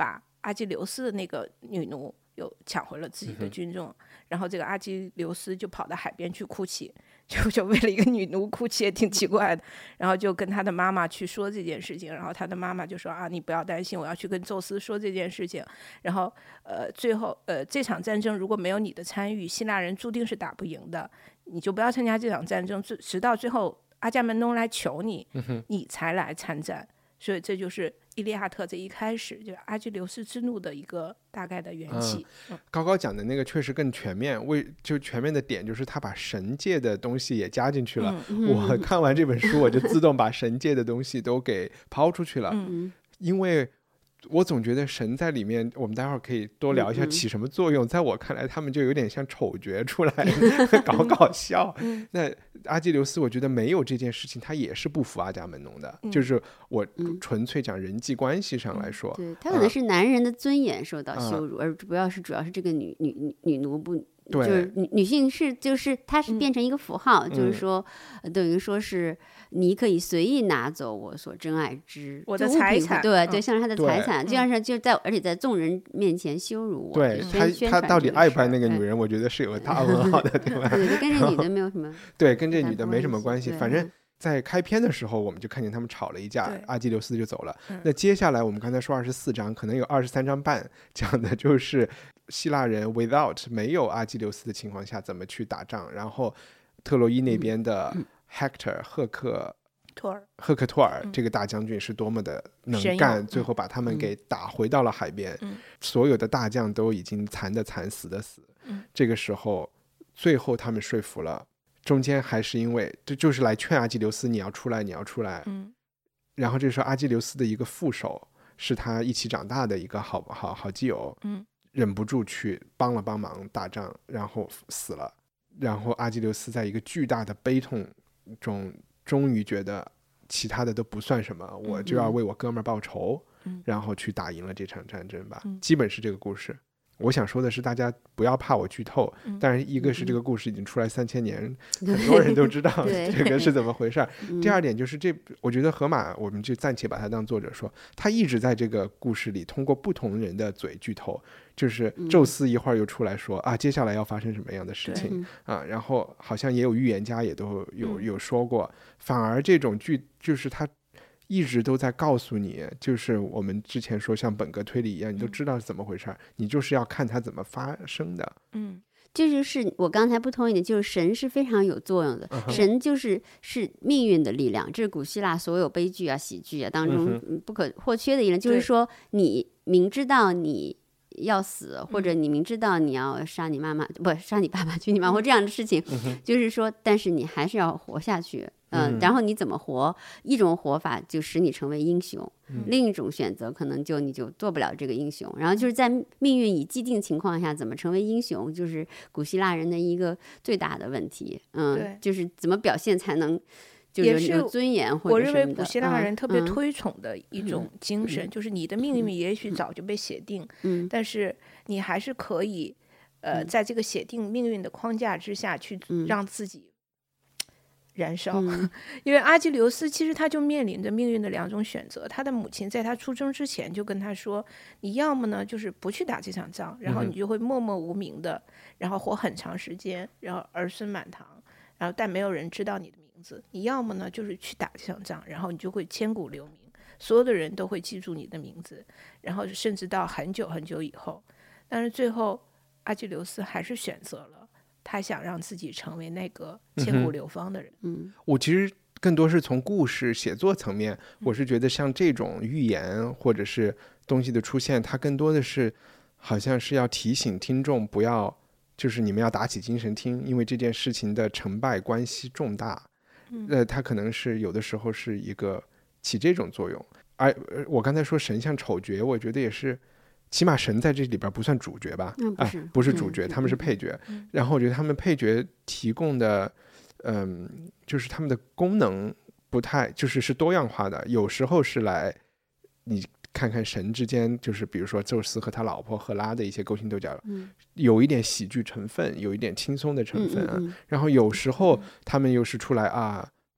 阿基琉斯的那个女奴又抢回了自己的军众，然后这个阿基琉斯就跑到海边去哭泣，就为了一个女奴哭泣也挺奇怪的，然后就跟他的妈妈去说这件事情，然后他的妈妈就说啊，你不要担心，我要去跟宙斯说这件事情，然后最后这场战争如果没有你的参与，希腊人注定是打不赢的，你就不要参加这场战争，直到最后阿伽门农来求你，你才来参战。所以这就是《伊利亚特》这一开始就阿基琉斯之怒的一个大概的缘起。 高高讲的那个确实更全面，就全面的点就是他把神界的东西也加进去了。我看完这本书，我就自动把神界的东西都给抛出去了，因为我总觉得神在里面，我们待会儿可以多聊一下起什么作用。在我看来，他们就有点像丑角出来搞笑。那阿基琉斯，我觉得没有这件事情，他也是不服阿伽门农的。就是我纯粹讲人际关系上来说， 对，他可能是男人的尊严受到羞辱，而主要是这个女奴不。 对， 就是女性就是它是变成一个符号，就是说等于说是你可以随意拿走我所珍爱之我的财产， 对，像是他的财产，就像是而且在众人面前羞辱我。 对，他到底爱不爱那个女人，我觉得是有个大问号的，对吧？ 对，跟这女的没有什么， 对，跟这女的没什么关系。反正在开篇的时候，我们就看见他们吵了一架，阿基琉斯就走了。那接下来我们刚才说24章，可能有23章半讲的就是希腊人 without 没有阿基琉斯的情况下怎么去打仗，然后特洛伊那边的 Hector 赫克托尔这个大将军是多么的能干，最后把他们给打回到了海边，所有的大将都已经残的残死的死，这个时候最后他们说服了，中间还是因为这就是来劝阿基琉斯你要出来，然后这时候阿基琉斯的一个副手是他一起长大的一个好基友，忍不住去帮忙打仗，然后死了。然后阿基琉斯在一个巨大的悲痛中，终于觉得其他的都不算什么，我就要为我哥们儿报仇，然后去打赢了这场战争吧。基本是这个故事。我想说的是，大家不要怕我剧透，但是一个是这个故事已经出来3000年，很多人都知道这个是怎么回事。第二点就是我觉得荷马，我们就暂且把他当作者说，他一直在这个故事里通过不同人的嘴剧透，就是宙斯一会儿又出来说接下来要发生什么样的事情然后好像也有预言家也都有说过，反而这种剧就是他一直都在告诉你，就是我们之前说像本格推理一样，你都知道是怎么回事，你就是要看它怎么发生的。 这就是我刚才不同意的，就是神是非常有作用的，神是命运的力量，这是古希腊所有悲剧啊喜剧啊当中不可或缺的一点，就是说你明知道你要死，或者你明知道你要杀你妈妈，不杀你爸爸娶你妈或这样的事情，就是说但是你还是要活下去。然后你怎么活？一种活法就使你成为英雄，另一种选择可能你就做不了这个英雄。然后就是在命运已既定情况下，怎么成为英雄，就是古希腊人的一个最大的问题。就是怎么表现才能就是有尊严或者什么的。 我认为古希腊人特别推崇的一种精神，就是你的命运也许早就被写定，但是你还是可以在这个写定命运的框架之下去让自己燃烧。因为阿基琉斯其实他就面临着命运的2种选择，他的母亲在他出生之前就跟他说，你要么呢就是不去打这场仗，然后你就会默默无名的，然后活很长时间，然后儿孙满堂，然后但没有人知道你的名字，你要么呢就是去打这场仗，然后你就会千古留名，所有的人都会记住你的名字，然后甚至到很久很久以后。但是最后阿基琉斯还是选择了他想让自己成为那个千古流芳的人。 我其实更多是从故事写作层面，我是觉得像这种寓言或者是东西的出现，它更多的是好像是要提醒听众不要，就是你们要打起精神听，因为这件事情的成败关系重大。它可能是有的时候是一个起这种作用。而我刚才说神像丑角，我觉得也是。起码神在这里边不算主角吧，不是主角，他们是配角。然后我觉得他们配角提供的就是他们的功能不太是多样化的，有时候是来你看看神之间，就是比如说宙斯和他老婆赫拉的一些勾心斗角，有一点喜剧成分，有一点轻松的成分然后有时候他们又是出来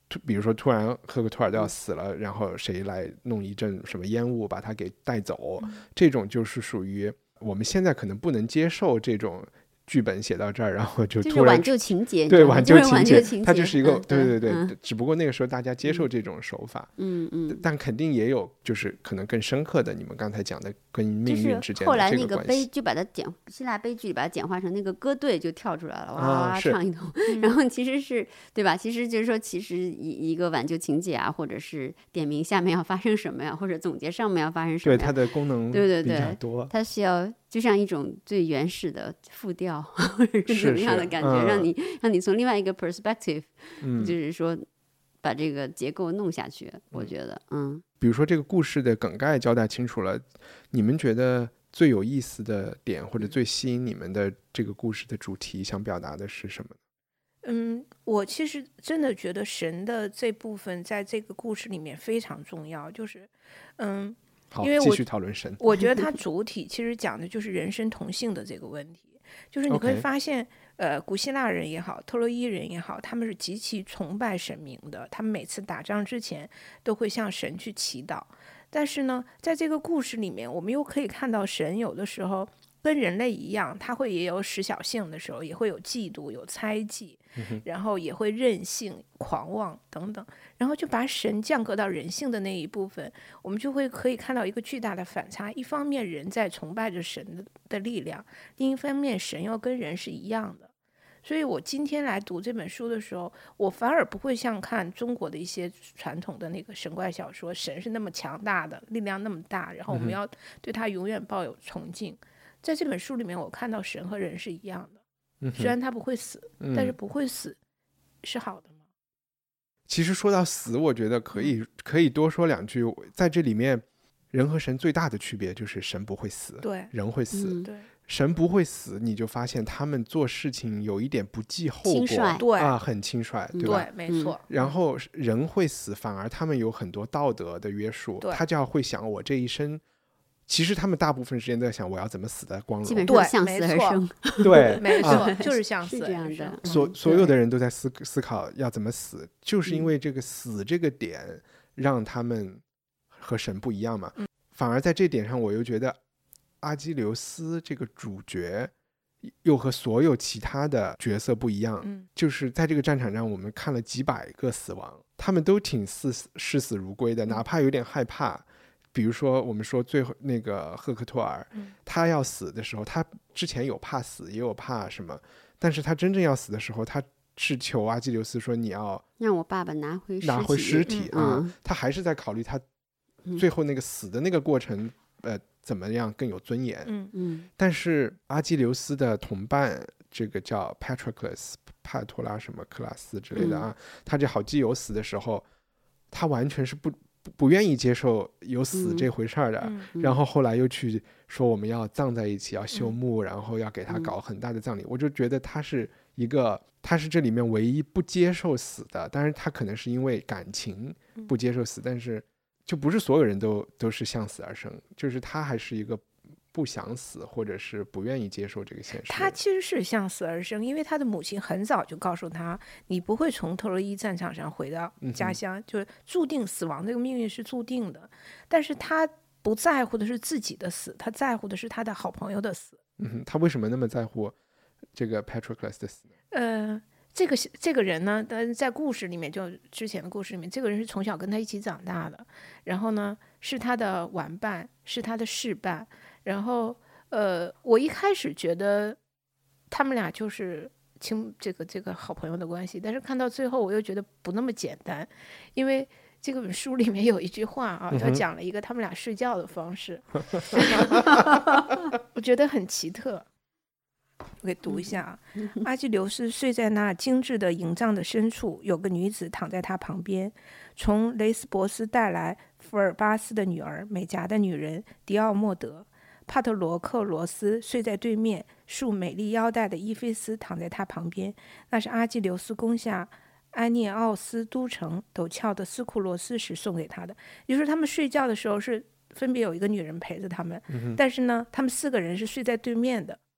比如说突然赫克托尔都要死了，然后谁来弄一阵什么烟雾把他给带走，这种就是属于我们现在可能不能接受这种剧本写到这儿，然后就突然就是挽救情节， 对，挽救情节，它就是一个对，只不过那个时候大家接受这种手法，但肯定也有就是可能更深刻的，你们刚才讲的跟命运之间的这个关系。 后来那个悲剧把它希腊悲剧把它简化成那个歌队就跳出来了，哇哇唱一通，然后其实是对吧？其实就是说，其实一个挽救情节啊，或者是点明下面要发生什么呀，或者总结上面要发生什么呀， 对它的功能比较多， 它需要就像一种最原始的复调或者是什么样的感觉，让你从另外一个 perspective，就是说把这个结构弄下去，我觉得比如说这个故事的梗概交代清楚了，你们觉得最有意思的点或者最吸引你们的这个故事的主题想表达的是什么？ 我其实真的觉得神的这部分在这个故事里面非常重要，就是好， 因为继续讨论神。 我觉得它主体其实讲的就是人生同性的这个问题，就是你会发现古希腊人也好，特洛伊人也好，他们是极其崇拜神明的，他们每次打仗之前都会向神去祈祷。但是呢，在这个故事里面，我们又可以看到神有的时候跟人类一样，他会也有使小性的时候，也会有嫉妒，有猜忌，然后也会任性、狂妄等等，然后就把神降格到人性的那一部分，我们就会可以看到一个巨大的反差。一方面人在崇拜着神的力量，另一方面神又跟人是一样的。所以我今天来读这本书的时候，我反而不会像看中国的一些传统的那个神怪小说，神是那么强大的，力量那么大，然后我们要对他永远抱有崇敬。在这本书里面，我看到神和人是一样的，虽然他不会死，但是不会死是好的吗？ 其实说到死，我觉得可以多说两句。在这里面，人和神最大的区别就是神不会死， 对， 人会死。 对， 神不会死，你就发现他们做事情有一点不计后果， 对很轻率，对吧？ 对，没错。 然后人会死，反而他们有很多道德的约束，他就要会想我这一生。其实他们大部分时间都在想我要怎么死的光荣， 基本上向死而生， 对， 没错，就是向死而生。 所有的人都在思考要怎么死，就是因为这个死这个点让他们和神不一样嘛。反而在这点上，我又觉得阿基琉斯这个主角又和所有其他的角色不一样，就是在这个战场上，我们看了几百个死亡，他们都挺视死如归的，哪怕有点害怕。比如说我们说最后那个赫克托尔，他要死的时候，他之前有怕死也有怕什么，但是他真正要死的时候，他是求阿基琉斯说你要让我爸爸拿回尸体他还是在考虑他最后那个死的那个过程怎么样更有尊严。但是阿基琉斯的同伴这个叫 Patroclus 帕托拉什么克拉斯之类的他这好基友死的时候，他完全是不愿意接受有死这回事儿的，然后后来又去说我们要葬在一起，要修墓，然后要给他搞很大的葬礼。我就觉得他是这里面唯一不接受死的，当然他可能是因为感情不接受死，但是就不是所有人都是向死而生，就是他还是一个不想死或者是不愿意接受这个现实。 他其实是向死而生，因为他的母亲很早就告诉他，你不会从特洛伊战场上回到家乡，就是注定死亡这个命运是注定的。但是他不在乎的是自己的死，他在乎的是他的好朋友的死。 他为什么那么在乎这个 Patroclus 的死？ 这个人呢，在故事里面，就之前的故事里面，这个人是从小跟他一起长大的，然后呢是他的玩伴，是他的事伴。然后我一开始觉得他们俩就是这个好朋友的关系，但是看到最后我又觉得不那么简单，因为这本书里面有一句话他讲了一个他们俩睡觉的方式我觉得很奇特，我给读一下阿基琉斯睡在那精致的营帐的深处，有个女子躺在他旁边，从雷斯博斯带来福尔巴斯的女儿，美甲的女人迪奥莫德。帕特罗克罗斯睡在对面，束美丽腰带的伊菲斯躺在他旁边，那是阿基琉斯攻下安涅奥斯都城陡峭的斯库罗斯时送给他的。也就是他们睡觉的时候是分别有一个女人陪着他们，但是呢他们4个人是睡在对面的。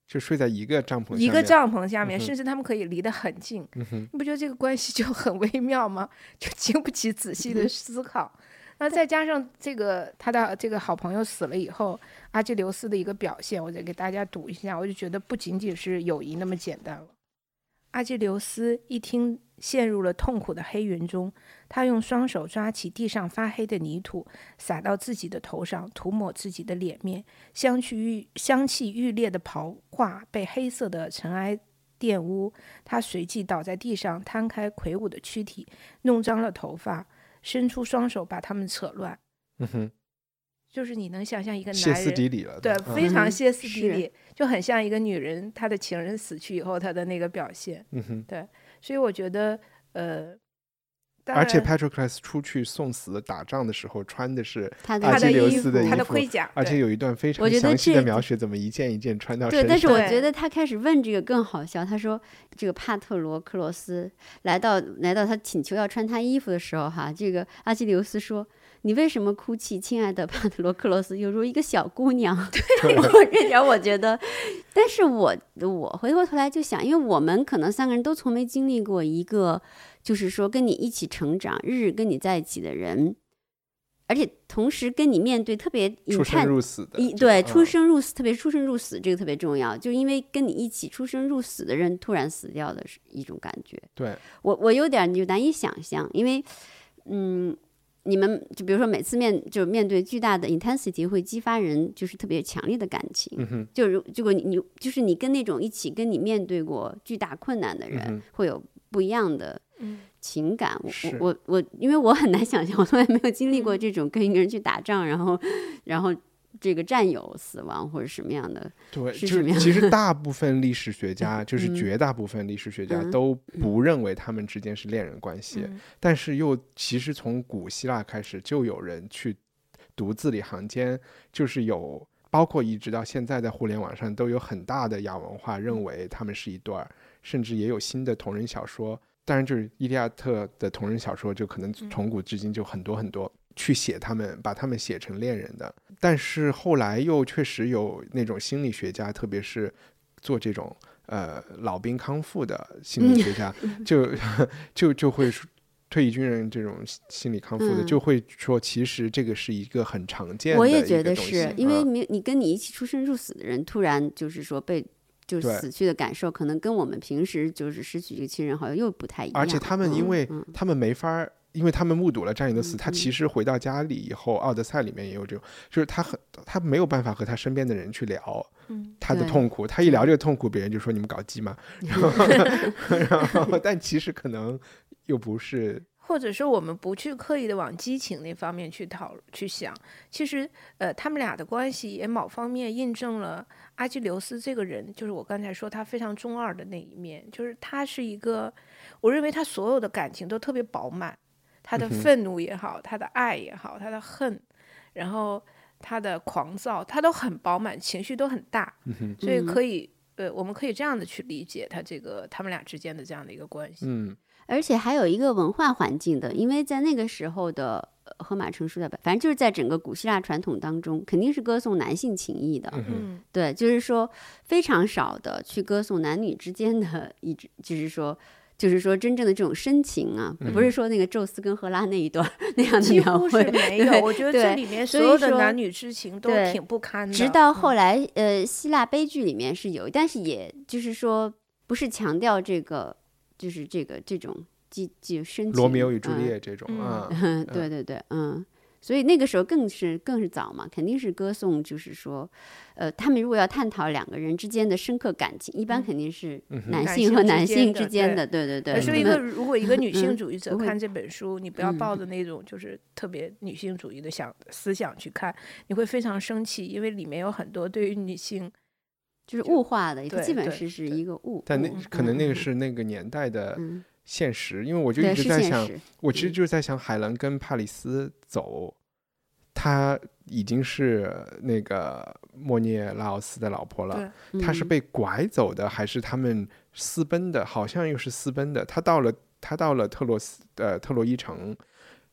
就睡在一个帐篷下面， 甚至他们可以离得很近。你不觉得这个关系就很微妙吗？就经不起仔细的思考。那再加上他的这个好朋友死了以后，阿基琉斯的一个表现，我再给大家读一下，我就觉得不仅仅是友谊那么简单了。阿基琉斯一听陷入了痛苦的黑云中，他用双手抓起地上发黑的泥土，撒到自己的头上，涂抹自己的脸面，香气欲裂的袍褂被黑色的尘埃玷污，他随即倒在地上，摊开魁梧的躯体，弄脏了头发，伸出双手把它们扯乱。就是你能想象一个男人歇斯底里了， 对，非常歇斯底里，就很像一个女人她的情人死去以后她的那个表现。对，所以我觉得而且 Patroclus 出去送死打仗的时候穿的是他阿基琉斯的衣服， 他的盔甲， 而且有一段非常详细的描写怎么一件一件穿到身上。 对，但是我觉得他开始问这个更好笑，他说这个帕特罗克洛斯来到他请求要穿他衣服的时候哈，这个阿基琉斯说，你为什么哭泣，亲爱的帕特罗克洛斯，犹如一个小姑娘。对，这点我觉得，但是我回过头来就想，因为我们可能三个人都从没经历过一个就是说跟你一起成长，日日跟你在一起的人，而且同时跟你面对特别出生入死的， 对，出生入死，特别出生入死这个特别重要，就因为跟你一起出生入死的人突然死掉的一种感觉。 对， 我有点就难以想象，因为你们就比如说每次面对巨大的 intensity 会激发人就是特别强烈的感情。如果你就是你跟那种一起跟你面对过巨大困难的人，会有不一样的情感。我因为我很难想象，我从来没有经历过这种跟一个人去打仗，然后这个战友死亡或者什么样的。 对，就是其实大部分历史学家就是绝大部分历史学家都不认为他们之间是恋人关系，但是又其实从古希腊开始就有人去读字里行间，就是有包括一直到现在在互联网上都有很大的亚文化认为他们是一对儿，甚至也有新的同人小说，当然就是伊利亚特的同人小说就可能从古至今就很多很多去写他们，把他们写成恋人的。但是后来又确实有那种心理学家，特别是做这种老兵康复的心理学家，就会退役军人这种心理康复的，就会说其实这个是一个很常见的一个东西。 我也觉得是因为你跟你一起出生入死的人突然就是说就是死去的感受，可能跟我们平时就是失去一个亲人好像又不太一样。 而且他们因为他们没法因为他们目睹了战友的死，他其实回到家里以后，奥德赛里面也有这种，就是他没有办法和他身边的人去聊他的痛苦，他一聊这个痛苦，别人就说你们搞基嘛，然后但其实可能又不是， 或者说我们不去刻意的往激情那方面去想，其实他们俩的关系也某方面印证了阿基琉斯这个人，就是我刚才说他非常中二的那一面，就是他是一个，我认为他所有的感情都特别饱满，他的愤怒也好，他的爱也好，他的恨，然后他的狂躁，他都很饱满，情绪都很大，所以我们可以这样的去理解他们俩之间的这样的一个关系。 而且还有一个文化环境的，因为在那个时候的荷马成书的，反正就是在整个古希腊传统当中，肯定是歌颂男性情谊的。对，就是说非常少的去歌颂男女之间的就是说真正的这种深情啊，不是说那个宙斯跟赫拉那一段那样的描绘， 几乎是没有。我觉得这里面所有的男女之情都挺不堪的。 直到后来，希腊悲剧里面是有，但是也就是说不是强调这个，就是这种深情， 罗密欧与朱丽叶这种对对对，所以那个时候更是早嘛，肯定是歌颂，就是说，他们如果要探讨两个人之间的深刻感情，一般肯定是男性和男性之间的，对对对。 所以如果一个女性主义者看这本书，你不要抱着那种就是特别女性主义的思想去看，你会非常生气，因为里面有很多对于女性就是物化的，基本是一个物。 但可能那个是那个年代的现实，因为我就一直在想，我其实就是在想，海伦跟帕里斯走，她已经是那个莫涅拉奥斯的老婆了，她是被拐走的，还是他们私奔的？好像又是私奔的。她到了特洛伊城，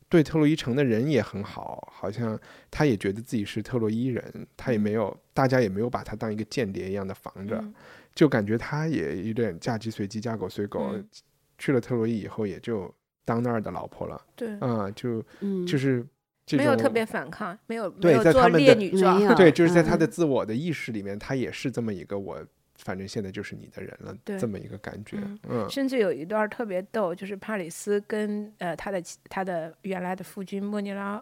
对特洛伊城的人也很好，好像他也觉得自己是特洛伊人，他也没有，大家也没有把他当一个间谍一样的防着，就感觉他也有点嫁鸡随鸡嫁狗随狗，去了特洛伊以后也就当那儿的老婆了。 对就是没有特别反抗，没有做烈女状， 对，就是在他的自我的意识里面，他也是这么一个我反正现在就是你的人了，这么一个感觉。 甚至有一段特别逗，就是帕里斯跟他的原来的夫君莫涅拉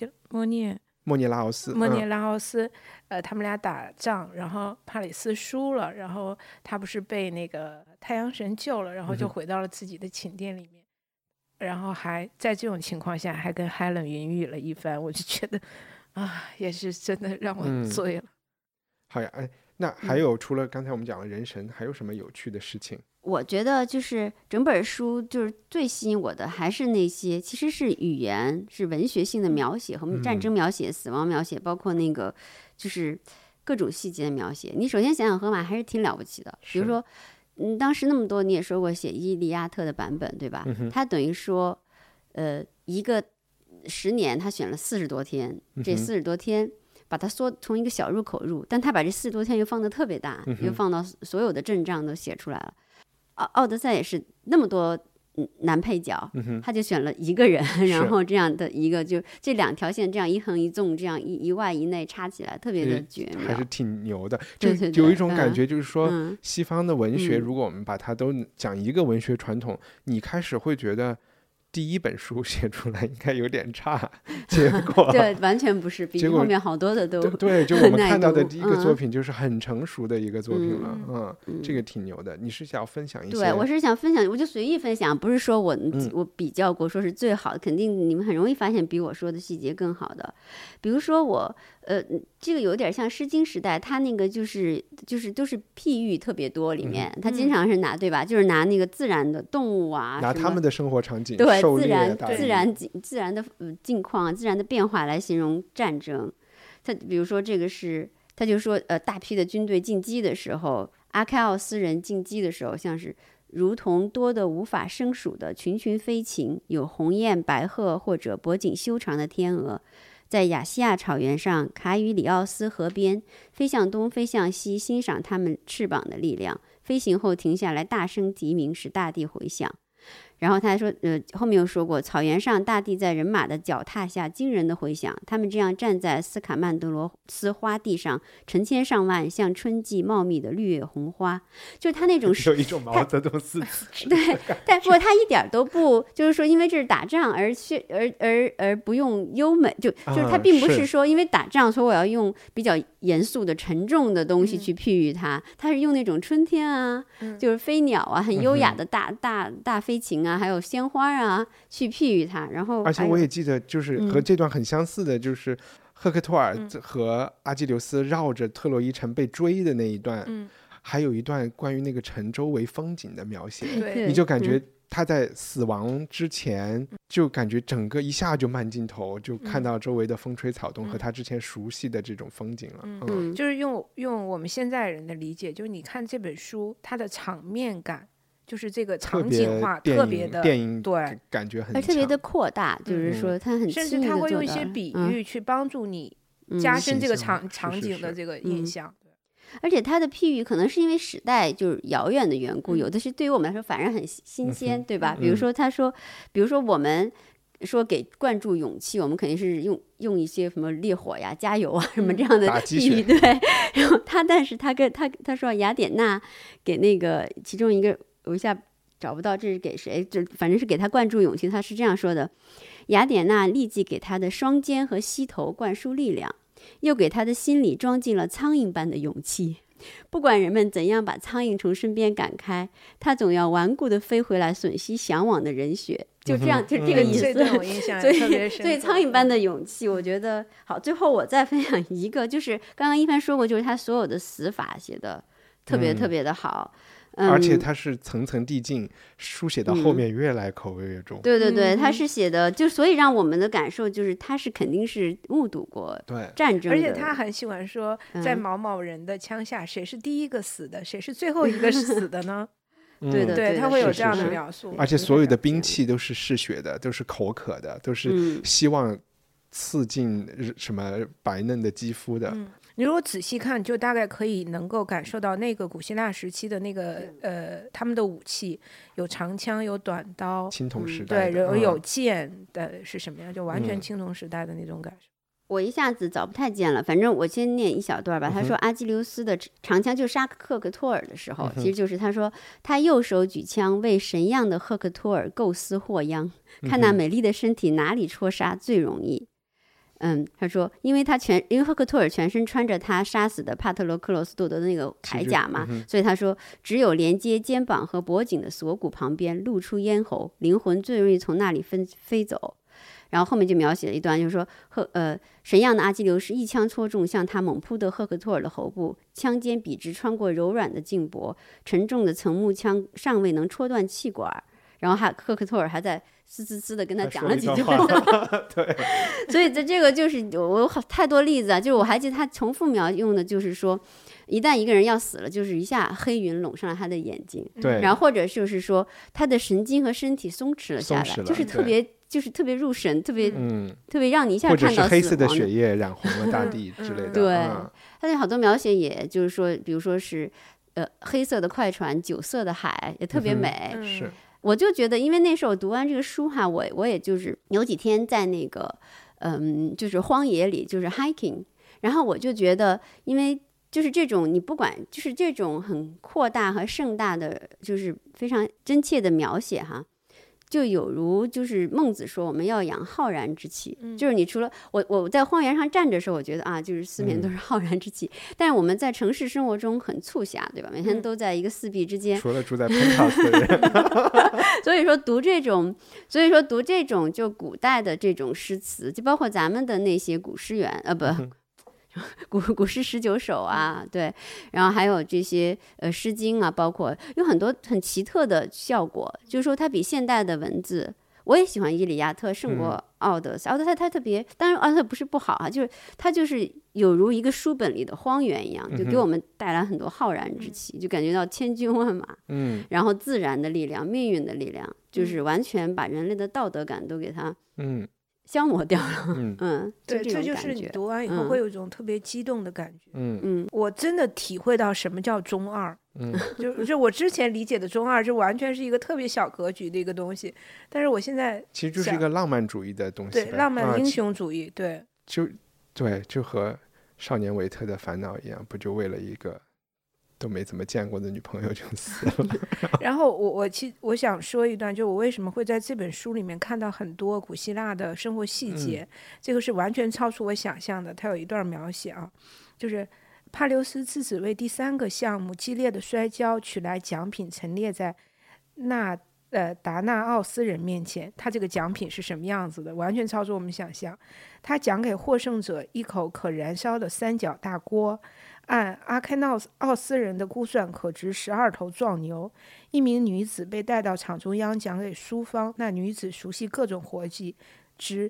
奥斯，他们俩打仗，然后帕里斯输了，然后他不是被那个太阳神救了，然后就回到了自己的寝殿里面，然后还在这种情况下还跟 Helen 云雨了一番，我就觉得也是真的让我醉了。 好呀，那还有除了刚才我们讲的人神，还有什么有趣的事情？ 我觉得就是整本书就是最吸引我的还是那些其实是语言是文学性的描写和战争描写、死亡描写，包括那个就是各种细节的描写。你首先想想荷马还是挺了不起的，比如说当时那么多你也说过写伊利亚特的版本对吧，他等于说一个10年他选了40多天，这40多天把它从一个小入口入，但他把这40多天又放得特别大，又放到所有的阵仗都写出来了。奥德赛也是那么多男配角，他就选了一个人，然后这样的一个就这2条线这样一横一纵这样一外一内插起来特别的绝妙， 还是挺牛的。就有一种感觉就是说西方的文学如果我们把它都讲一个文学传统，你开始会觉得第一本书写出来应该有点差，结果对，完全不是，比后面好多的都对，就我们看到的第一个作品就是很成熟的一个作品了。这个挺牛的。你是想分享一些？ 对，我是想分享，我就随意分享，不是说我比较过说是最好的，肯定你们很容易发现比我说的细节更好的。比如说我这个有点像诗经时代，他那个就是都是譬喻特别多，里面他经常是拿对吧，就是拿那个自然的动物啊， 拿他们的生活场景， 对自然的境况、自然的变化来形容战争。他比如说这个是，他就说大批的军队进击的时候，阿开奥斯人进击的时候，像是如同多得无法胜数的群群飞禽，有鸿雁、白鹤或者脖颈修长的天鹅，在亚细亚草原上，卡与里奥斯河边，飞向东，飞向西，欣赏它们翅膀的力量。飞行后停下来，大声笛鸣，使大地回响。然后他还说，后面又说过，草原上大地在人马的脚踏下惊人的回响，他们这样站在斯卡曼德罗斯花地上，成千上万，像春季茂密的绿叶红花，就是他那种有一种毛泽东四子对，但不过他一点都不就是说因为这是打仗而不用优美，就是他并不是说因为打仗所以我要用比较严肃的沉重的东西去譬喻它，他是用那种春天啊，就是飞鸟啊，很优雅的大飞禽啊，还有鲜花啊去譬喻它。然后而且我也记得就是和这段很相似的，就是赫克托尔和阿基琉斯绕着特洛伊城被追的那一段，还有一段关于那个城周围风景的描写，你就感觉他在死亡之前就感觉整个一下就慢镜头，就看到周围的风吹草动和他之前熟悉的这种风景了。 就是用我们现在人的理解，就是你看这本书它的场面感，就是这个场景化特别的电影对感觉很强， 而特别的扩大，就是说它很甚至它会用一些比喻去帮助你加深这个场景的这个印象。 而且它的譬喻可能是因为时代就是遥远的缘故，有的是对于我们来说反而很新鲜，对吧？比如说他说，比如说我们说给灌注勇气，我们肯定是用一些什么烈火呀、加油啊什么这样的譬喻，对。然后但是他说雅典娜给那个其中一个，我一下找不到这是给谁，就反正是给他灌注勇气。他是这样说的：雅典娜立即给他的双肩和膝头灌输力量，又给他的心里装进了苍蝇般的勇气。不管人们怎样把苍蝇从身边赶开，他总要顽固地飞回来吮吸向往的人血。就这样，就这个意思。所以苍蝇般的勇气，我觉得好。最后我再分享一个，就是刚刚一帆说过，就是他所有的死法写的特别特别的好。 而且它是层层递进，书写到后面越来口味越重。 对对对，他是写的，就所以让我们的感受就是他是肯定是目睹过战争的。 而且他很喜欢说，在某某人的枪下，谁是第一个死的，谁是最后一个死的呢？ 对的， 对，他会有这样的描述， 而且所有的兵器都是嗜血的，都是口渴的，都是希望刺进什么白嫩的肌肤的。 你如果仔细看，就大概可以能够感受到那个古希腊时期的那个他们的武器有长枪有短刀， 青铜时代的，对，有剑的是什么样，就完全青铜时代的那种感受。 我一下子找不太见了，反正我先念一小段吧。他说阿基琉斯的长枪就杀赫克托尔的时候，其实就是他说他右手举枪为神样的赫克托尔构思祸殃，看那美丽的身体哪里戳杀最容易。他说因为赫克托尔全身穿着他杀死的帕特罗克罗斯夺得的那个铠甲嘛，所以他说只有连接肩膀和脖颈的锁骨旁边露出咽喉，灵魂最容易从那里飞走。然后后面就描写了一段，就是说神样的阿基琉斯一枪戳中向他猛扑的赫克托尔的喉部，枪尖笔直穿过柔软的颈脖，沉重的层木枪尚未能戳断气管，然后赫克托尔还在嘶的跟他讲了几句话。 对， 所以这个就是我有太多例子啊，就是我还记得他重复用的就是说，一旦一个人要死了，就是一下黑云笼上了他的眼睛， 对， 然后或者就是说他的神经和身体松弛了下来，就是特别入神，特别让你一下看到死亡， 或者是黑色的血液染红了大地之类的。 对，他有好多描写，也就是说，比如说是黑色的快船，酒色的海，也特别美。 是， 我就觉得，因为那时候我读完这个书哈，我也就是有几天在那个就是荒野里，就是 hiking， 然后我就觉得，因为就是这种你不管就是这种很扩大和盛大的，就是非常真切的描写哈。就有如就是孟子说我们要养浩然之气，就是你除了我在荒原上站着的时候，我觉得啊，就是四面都是浩然之气，但是我们在城市生活中很促狭，对吧？每天都在一个四壁之间， 除了住在penthouse的人。 所以说读这种就古代的这种诗词，就包括咱们的那些古诗源古诗19首啊，对，然后还有这些诗经啊，包括有很多很奇特的效果，就是说它比现代的文字，我也喜欢伊里亚特胜过奥德赛，奥德赛它特别，当然奥德赛不是不好啊，就是它就是有如一个书本里的荒原一样，就给我们带来很多浩然之气，就感觉到千军万马，然后自然的力量、命运的力量，就是完全把人类的道德感都给它消磨掉了。 对，这就是你读完以后会有一种特别激动的感觉。我真的体会到什么叫中二。就我之前理解的中二，就完全是一个特别小格局的一个东西，但是我现在其实就是一个浪漫主义的东西， 对，浪漫英雄主义，对， 就和少年维特的烦恼一样，不就为了一个都没怎么见过的女朋友就死了。 然后我想说一段，就我为什么会在这本书里面看到很多古希腊的生活细节，这个是完全超出我想象的。他有一段描写啊，就是帕留斯自此为第3个项目激烈的摔跤取来奖品，陈列在达纳奥斯人面前。他这个奖品是什么样子的，完全超出我们想象。他奖给获胜者一口可燃烧的3角大锅，按阿开奥斯人的估算可值12头壮牛。一名女子被带到场中央，奖给淑芳，那女子熟悉各种活计，值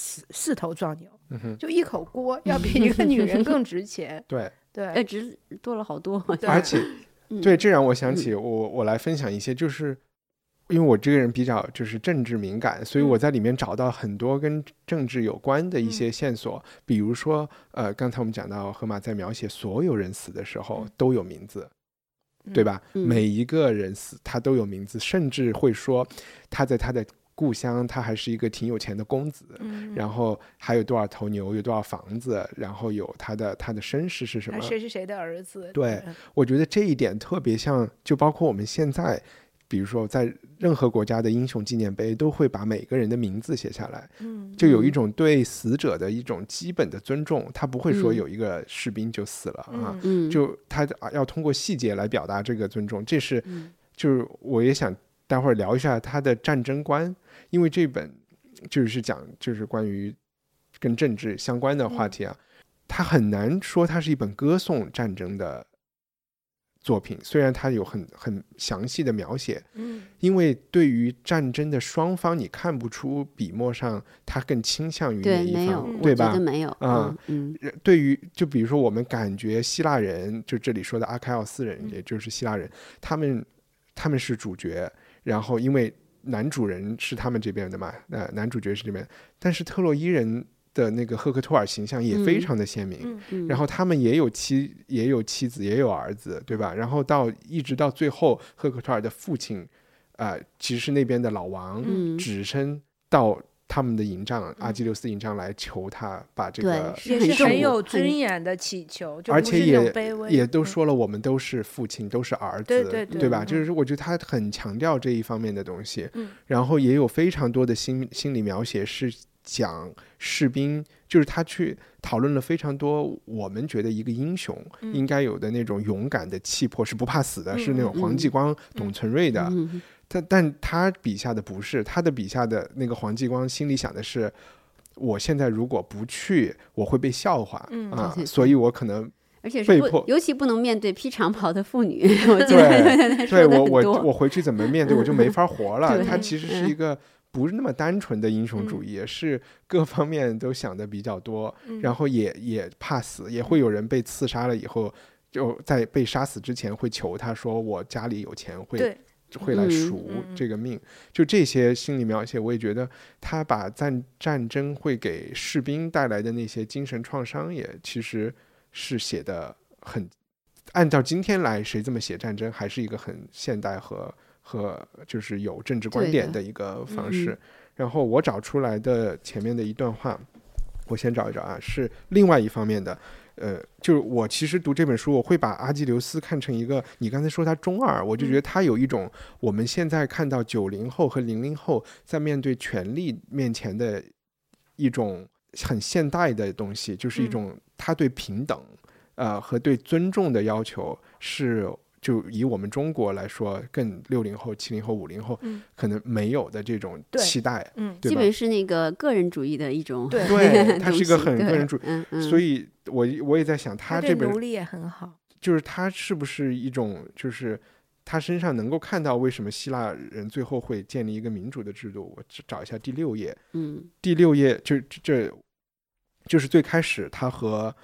4头壮牛。就一口锅要比一个女人更值钱。 对， 值多了好多。 而且对，这让我想起我来分享一些，就是因为我这个人比较就是政治敏感，所以我在里面找到很多跟政治有关的一些线索。比如说刚才我们讲到荷马在描写所有人死的时候都有名字，对吧？每一个人死他都有名字，甚至会说他在他的故乡他还是一个挺有钱的公子，然后还有多少头牛，有多少房子，然后有他的身世是什么， 谁是谁的儿子。 对，我觉得这一点特别像，就包括我们现在比如说在任何国家的英雄纪念碑都会把每个人的名字写下来，就有一种对死者的一种基本的尊重，他不会说有一个士兵就死了啊，就他要通过细节来表达这个尊重。这是就是我也想待会儿聊一下他的战争观，因为这本就是讲就是关于跟政治相关的话题啊，他很难说它是一本歌颂战争的作品，虽然它有很详细的描写，因为对于战争的双方你看不出笔墨上他更倾向于哪一方，对吧？ 我觉得没有对于就比如说我们感觉希腊人，就这里说的阿开奥斯人，也就是希腊人，他们他们是主角，然后因为男主人是他们这边的嘛，男主角是这边，但是特洛伊人的那个赫克托尔形象也非常的鲜明，然后他们也有妻子也有儿子，对吧？然后一直到最后，赫克托尔的父亲其实是那边的老王，只身到他们的营帐阿基琉斯营帐来求他把这个， 也是很有尊严的祈求， 而且也都说了我们都是父亲都是儿子，对吧？就是我觉得他很强调这一方面的东西，然后也有非常多的心理描写是讲士兵，就是他去讨论了非常多我们觉得一个英雄应该有的那种勇敢的气魄，是不怕死的，是那种黄继光、董存瑞的，但他笔下的不是，他的笔下的那个黄继光心里想的是，我现在如果不去我会被笑话所以我可能而且是尤其不能面对披长袍的妇女，我记得对我回去怎么面对，我就没法活了。他其实是一个不是那么单纯的英雄主义，是各方面都想的比较多，然后也怕死，也会有人被刺杀了以后，就在被杀死之前会求他说我家里有钱会来赎这个命，就这些心理描写，我也觉得他把战争会给士兵带来的那些精神创伤也其实是写的很，按照今天来谁这么写战争还是一个很现代和就是有政治观点的一个方式。然后我找出来的前面的一段话，我先找一找是另外一方面的。就是我其实读这本书，我会把阿基琉斯看成一个，你刚才说他中二，我就觉得他有一种我们现在看到90后和00后在面对权力面前的一种很现代的东西，就是一种他对平等和对尊重的要求是就以我们中国来说更60后70后50后可能没有的这种期待，对吧？ 基本是那个个人主义的一种， 对，它是一个很个人主义，所以我也在想他这本奴隶也很好， 就是他是不是一种就是他身上能够看到为什么希腊人最后会建立一个民主的制度。我找一下第6页，第6页这就是最开始他和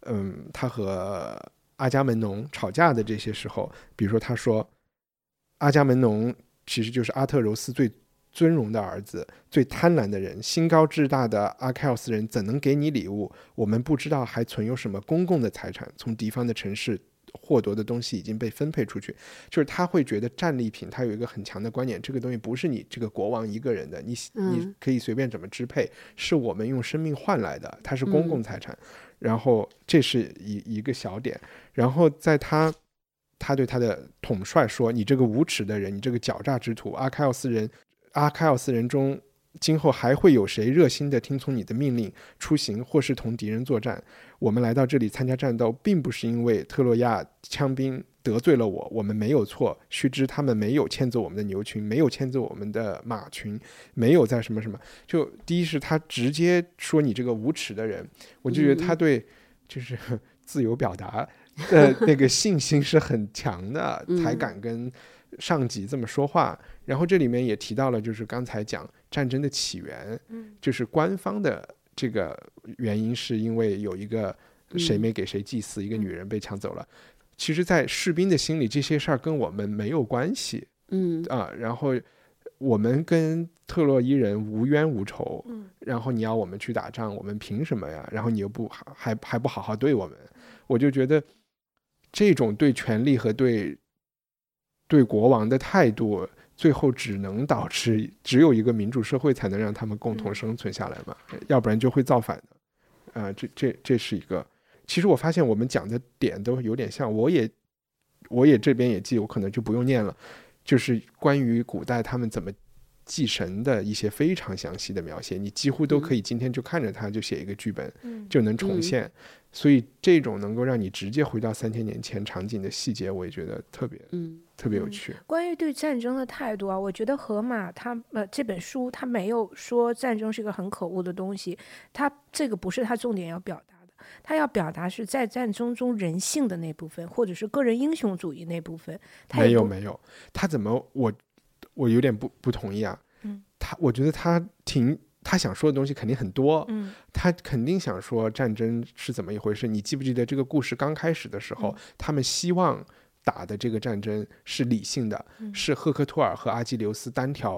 阿伽门农吵架的这些时候，比如说他说阿伽门农其实就是阿特柔斯最尊荣的儿子，最贪婪的人，心高志大的阿开奥斯人怎能给你礼物？我们不知道还存有什么公共的财产，从敌方的城市获得的东西已经被分配出去。就是他会觉得战利品，他有一个很强的观念，这个东西不是你这个国王一个人的，你可以随便怎么支配，是我们用生命换来的，它是公共财产。然后这是一个小点，然后在他对他的统帅说，你这个无耻的人，你这个狡诈之徒，阿开奥斯人中今后还会有谁热心的听从你的命令出行或是同敌人作战？我们来到这里参加战斗并不是因为特洛亚枪兵得罪了我们没有错，须知他们没有牵走我们的牛群，没有牵走我们的马群，没有在什么什么，就第一是他直接说你这个无耻的人，我就觉得他对就是自由表达的那个信心是很强的，才敢跟上级这么说话。然后这里面也提到了就是刚才讲战争的起源，就是官方的这个原因是因为有一个谁没给谁祭祀，一个女人被抢走了。其实在士兵的心里这些事儿跟我们没有关系，然后我们跟特洛伊人无冤无仇，然后你要我们去打仗，我们凭什么呀？然后你又还不好好对我们，我就觉得这种对权力和对国王的态度，最后只能导致只有一个民主社会才能让他们共同生存下来嘛，要不然就会造反的。这是一个。其实我发现我们讲的点都有点像，我也这边也记，我可能就不用念了，就是关于古代他们怎么祭神的一些非常详细的描写，你几乎都可以今天就看着它就写一个剧本，就能重现。所以这种能够让你直接回到3000年前场景的细节，我也觉得特别有趣。 关于对战争的态度啊，我觉得荷马他这本书他没有说战争是一个很可恶的东西，他这个不是他重点要表达。他要表达是在战争中人性的那部分，或者是个人英雄主义那部分。 没有，他怎么我有点不同意啊。我觉得他想说的东西肯定很多，他肯定想说战争是怎么一回事。你记不记得这个故事刚开始的时候，他们希望打的这个战争是理性的，是赫克托尔和阿基琉斯单挑，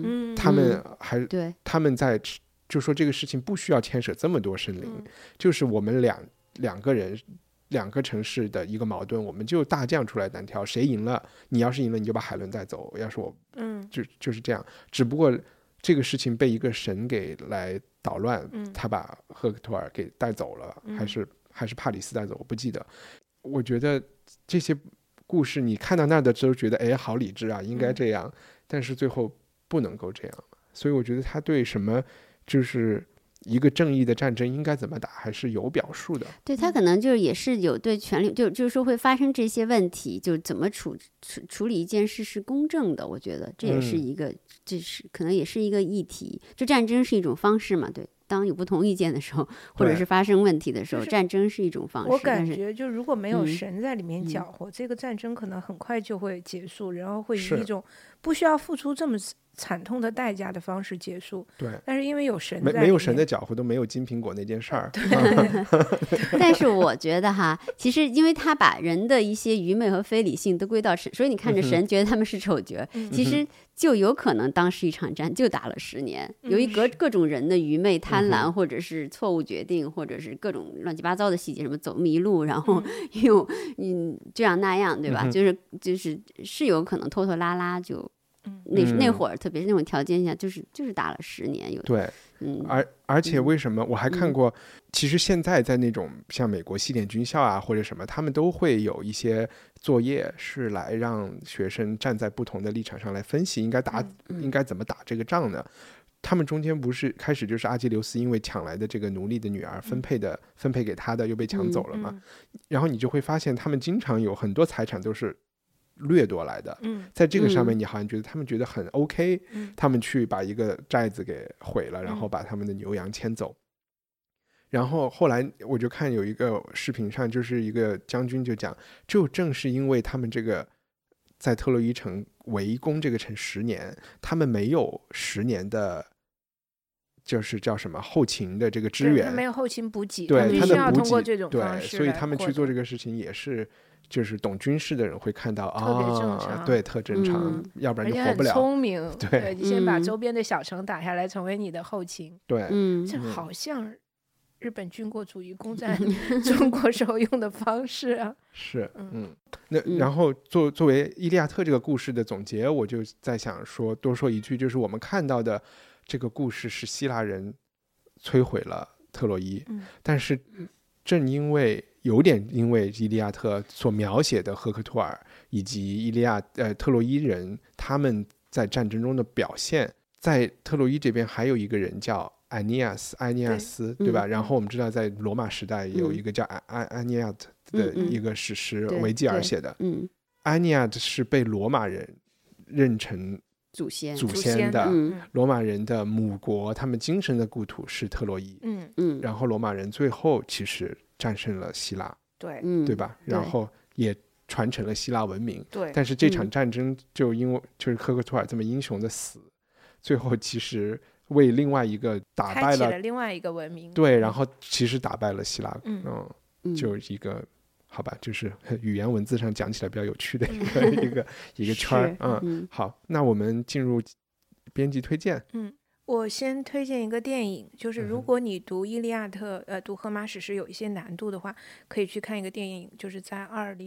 他们在就说这个事情不需要牵扯这么多生灵，就是我们两个人2个城市的一个矛盾，我们就大将出来单挑，谁赢了，你要是赢了你就把海伦带走，要是我就是这样，只不过这个事情被一个神给来捣乱，他把赫克托尔给带走了，还是帕里斯带走，我不记得。我觉得这些故事你看到那儿的时候觉得哎，好理智啊，应该这样，但是最后不能够这样，所以我觉得他对什么就是一个正义的战争应该怎么打还是有表述的。 对，他可能就是也是有对权力就是说会发生这些问题，就怎么处理一件事是公正的，我觉得这也是一个这是可能也是一个议题，就战争是一种方式嘛，对，当有不同意见的时候或者是发生问题的时候，战争是一种方式。 我感觉就如果没有神在里面搅和，这个战争可能很快就会结束，然后会以一种不需要付出这么惨痛的代价的方式结束。 对， 但是因为有神在里面， 没有神的搅和都没有金苹果那件事儿。 但是我觉得哈，其实因为他把人的一些愚昧和非理性都归到神，所以你看着神觉得他们是丑角，其实就有可能当时一场战就打了10年，由于各种人的愚昧、贪婪，或者是错误决定，或者是各种乱七八糟的细节，什么走迷路，然后又这样那样，对吧？就是有可能拖拖拉拉就。那会儿特别是那种条件下就是打了10年有对，而且为什么我还看过其实现在在那种像美国西点军校啊或者什么，他们都会有一些作业是来让学生站在不同的立场上来分析应该怎么打这个仗呢。他们中间不是开始就是阿基琉斯因为抢来的这个奴隶的女儿分配给他的又被抢走了嘛，然后你就会发现他们经常有很多财产都是掠夺来的，在这个上面你好像觉得他们觉得很 OK，他们去把一个寨子给毁了，然后把他们的牛羊牵走。然后后来我就看有一个视频上，就是一个将军就讲，就正是因为他们这个在特洛伊城围攻这个城10年，他们没有10年的就是叫什么后勤的这个支援， 没有后勤补给， 对， 必须要通过这种方式， 对，所以他们去做这个事情也是就是懂军事的人会看到特别正常， 对，特正常，要不然就活不了。 而且很聪明， 对， 你先把周边的小城打下来，成为你的后勤。 对， 这好像日本军国主义攻占中国时候用的方式啊。 是，那然后作为《伊利亚特》这个故事的总结，我就在想多说一句，就是我们看到的这个故事是希腊人摧毁了特洛伊，但是正因为伊利亚特所描写的赫克托尔以及特洛伊人他们在战争中的表现，在特洛伊这边还有一个人叫埃涅亚斯，对吧？然后我们知道在罗马时代有一个叫埃涅亚特的一个史诗，维吉尔写的。埃涅亚特是被罗马人认成祖先的，罗马人的母国，他们精神的故土是特洛伊。然后罗马人最后其实战胜了希腊，对吧？然后也传承了希腊文明。对，但是这场战争就因为就是赫克托尔这么英雄的死，最后其实为另外一个打败了， 开启了另外一个文明。 对，然后其实打败了希腊，就一个好吧，就是语言文字上讲起来比较有趣的一个圈儿。好，那我们进入编辑推荐。 我先推荐一个电影，就是如果你读《伊利亚特》读荷马史诗有一些难度的话，可以去看一个电影，就是在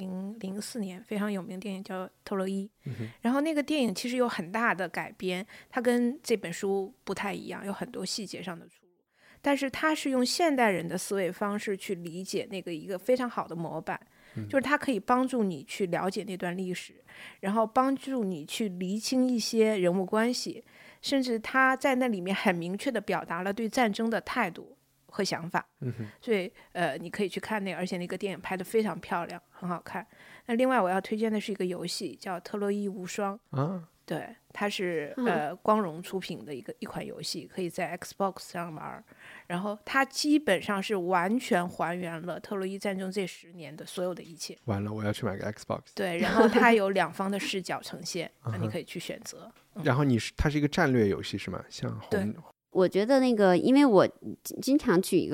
2004年非常有名的电影叫《特洛伊》。然后那个电影其实有很大的改编，它跟这本书不太一样，有很多细节上的出入，但是它是用现代人的思维方式去理解那个一个非常好的模板，就是它可以帮助你去了解那段历史，然后帮助你去厘清一些人物关系，甚至他在那里面很明确地表达了对战争的态度和想法。所以你可以去看那个，而且那个电影拍得非常漂亮，很好看。那另外我要推荐的是一个游戏叫《特洛伊无双》对，它是光荣出品的一款游戏，可以在 Xbox 上玩。然后它基本上是完全还原了特洛伊战争这10年的所有的一切。 完了，我要去买个 Xbox。对， 然后它有2方的视角呈现，那你可以去选择。 然后它是一个战略游戏是吗？像对，我觉得那个，因为我经常去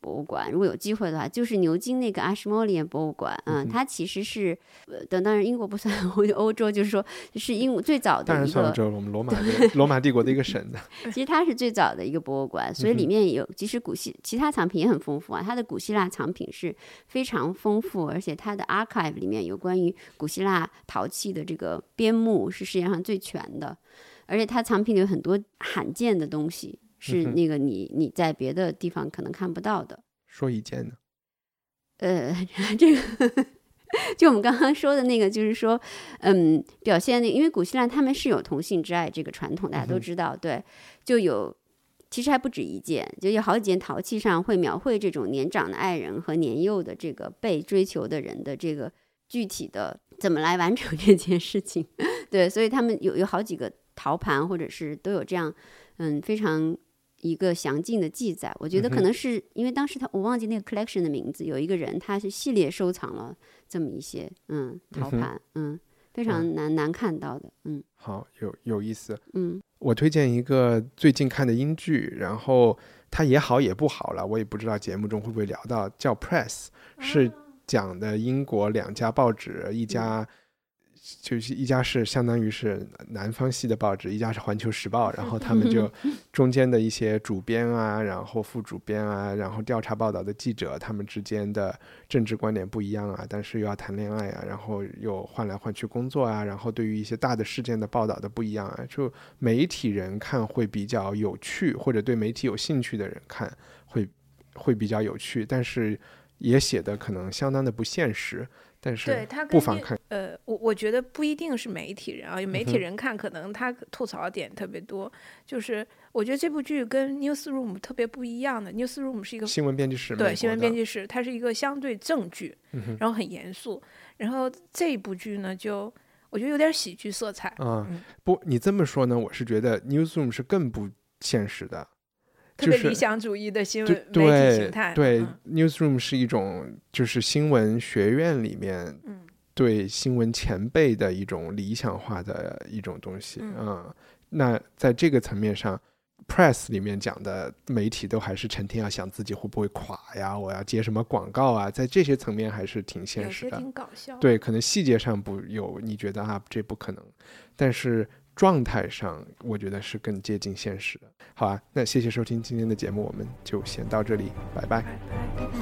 博物馆，如果有机会的话，就是牛津那个 Ashmolean 博物馆。它其实是当然英国不算欧洲，就是说是最早的一个， 当然算欧洲了，我们罗马帝国的一个省的。 其实它是最早的一个博物馆，所以里面有即使其他藏品也很丰富啊。它的古希腊藏品是非常丰富，而且它的 archive 里面有关于古希腊陶器的这个编目是世界上最全的，而且它藏品里有很多罕见的东西，是那个你在别的地方可能看不到的。 说一件呢？ 这个就我们刚刚说的那个，就是说，表现因为古希腊他们是有同性之爱这个传统，大家都知道，对，就有。其实还不止一件，就有好几件陶器上会描绘这种年长的爱人和年幼的这个被追求的人的这个具体的怎么来完成这件事情。对，所以他们有好几个陶盘或者是都有这样非常一个详尽的记载。我觉得可能是因为当时我忘记那个 collection 的名字，有一个人他是系列收藏了这么一些陶盘，非常难看到的。 好，有意思。我推荐一个最近看的英剧，然后它也好也不好了，我也不知道节目中会不会聊到，叫 Press， 是讲的英国两家报纸，一家是相当于是南方系的报纸，一家是环球时报，然后他们就中间的一些主编啊，然后副主编啊，然后调查报道的记者，他们之间的政治观点不一样啊，但是又要谈恋爱啊，然后又换来换去工作啊，然后对于一些大的事件的报道的不一样啊，就媒体人看会比较有趣，或者对媒体有兴趣的人看会比较有趣，但是也写的可能相当的不现实，但是不妨看。 我觉得不一定是媒体人啊，媒体人看可能他吐槽点特别多，就是我觉得这部剧跟 Newsroom 特别不一样的。Newsroom 是一个新闻编辑室， 对，新闻编辑室，它是一个相对正剧，然后很严肃。然后这部剧呢，就我觉得有点喜剧色彩。 不，你这么说呢，我是觉得 Newsroom 是更不现实的。 特别理想主义的新闻媒体形态。 对，Newsroom 是一种就是新闻学院里面对新闻前辈的一种理想化的一种东西。那在这个层面上 Press 里面讲的媒体都还是成天要想自己会不会垮呀，我要接什么广告啊，在这些层面还是挺现实的， 有些挺搞笑。 对，可能细节上不有你觉得这不可能，但是状态上我觉得是更接近现实的。好啊，那谢谢收听今天的节目，我们就先到这里，拜拜。 拜拜。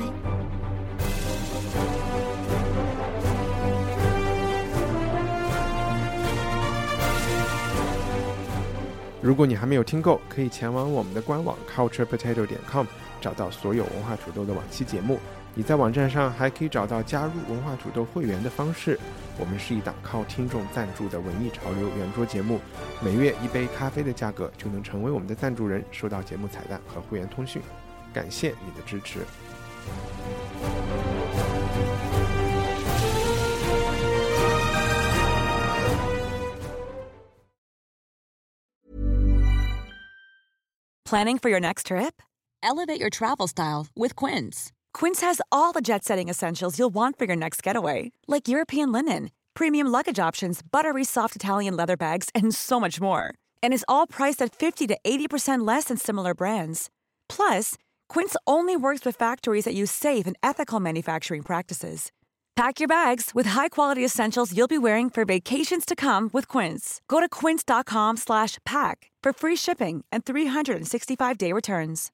如果你还没有听够，可以前往我们的官网 culturepotato.com 找到所有文化土豆的往期节目。你在网站上还可以找到加入文化土豆会员的方式。我们是一档靠听众赞助的文艺潮流圆桌节目，每月1杯咖啡的价格就能成为我们的赞助人，收到节目彩蛋和会员通讯。感谢你的支持。 Planning for your next trip? Elevate your travel style with Quince. Quince has all the jet-setting essentials you'll want for your next getaway, like European linen, premium luggage options, buttery soft Italian leather bags, and so much more. And is all priced at 50 to 80% less than similar brands. Plus, Quince only works with factories that use safe and ethical manufacturing practices. Pack your bags with high-quality essentials you'll be wearing for vacations to come with Quince. Go to quince.com/pack for free shipping and 365-day returns.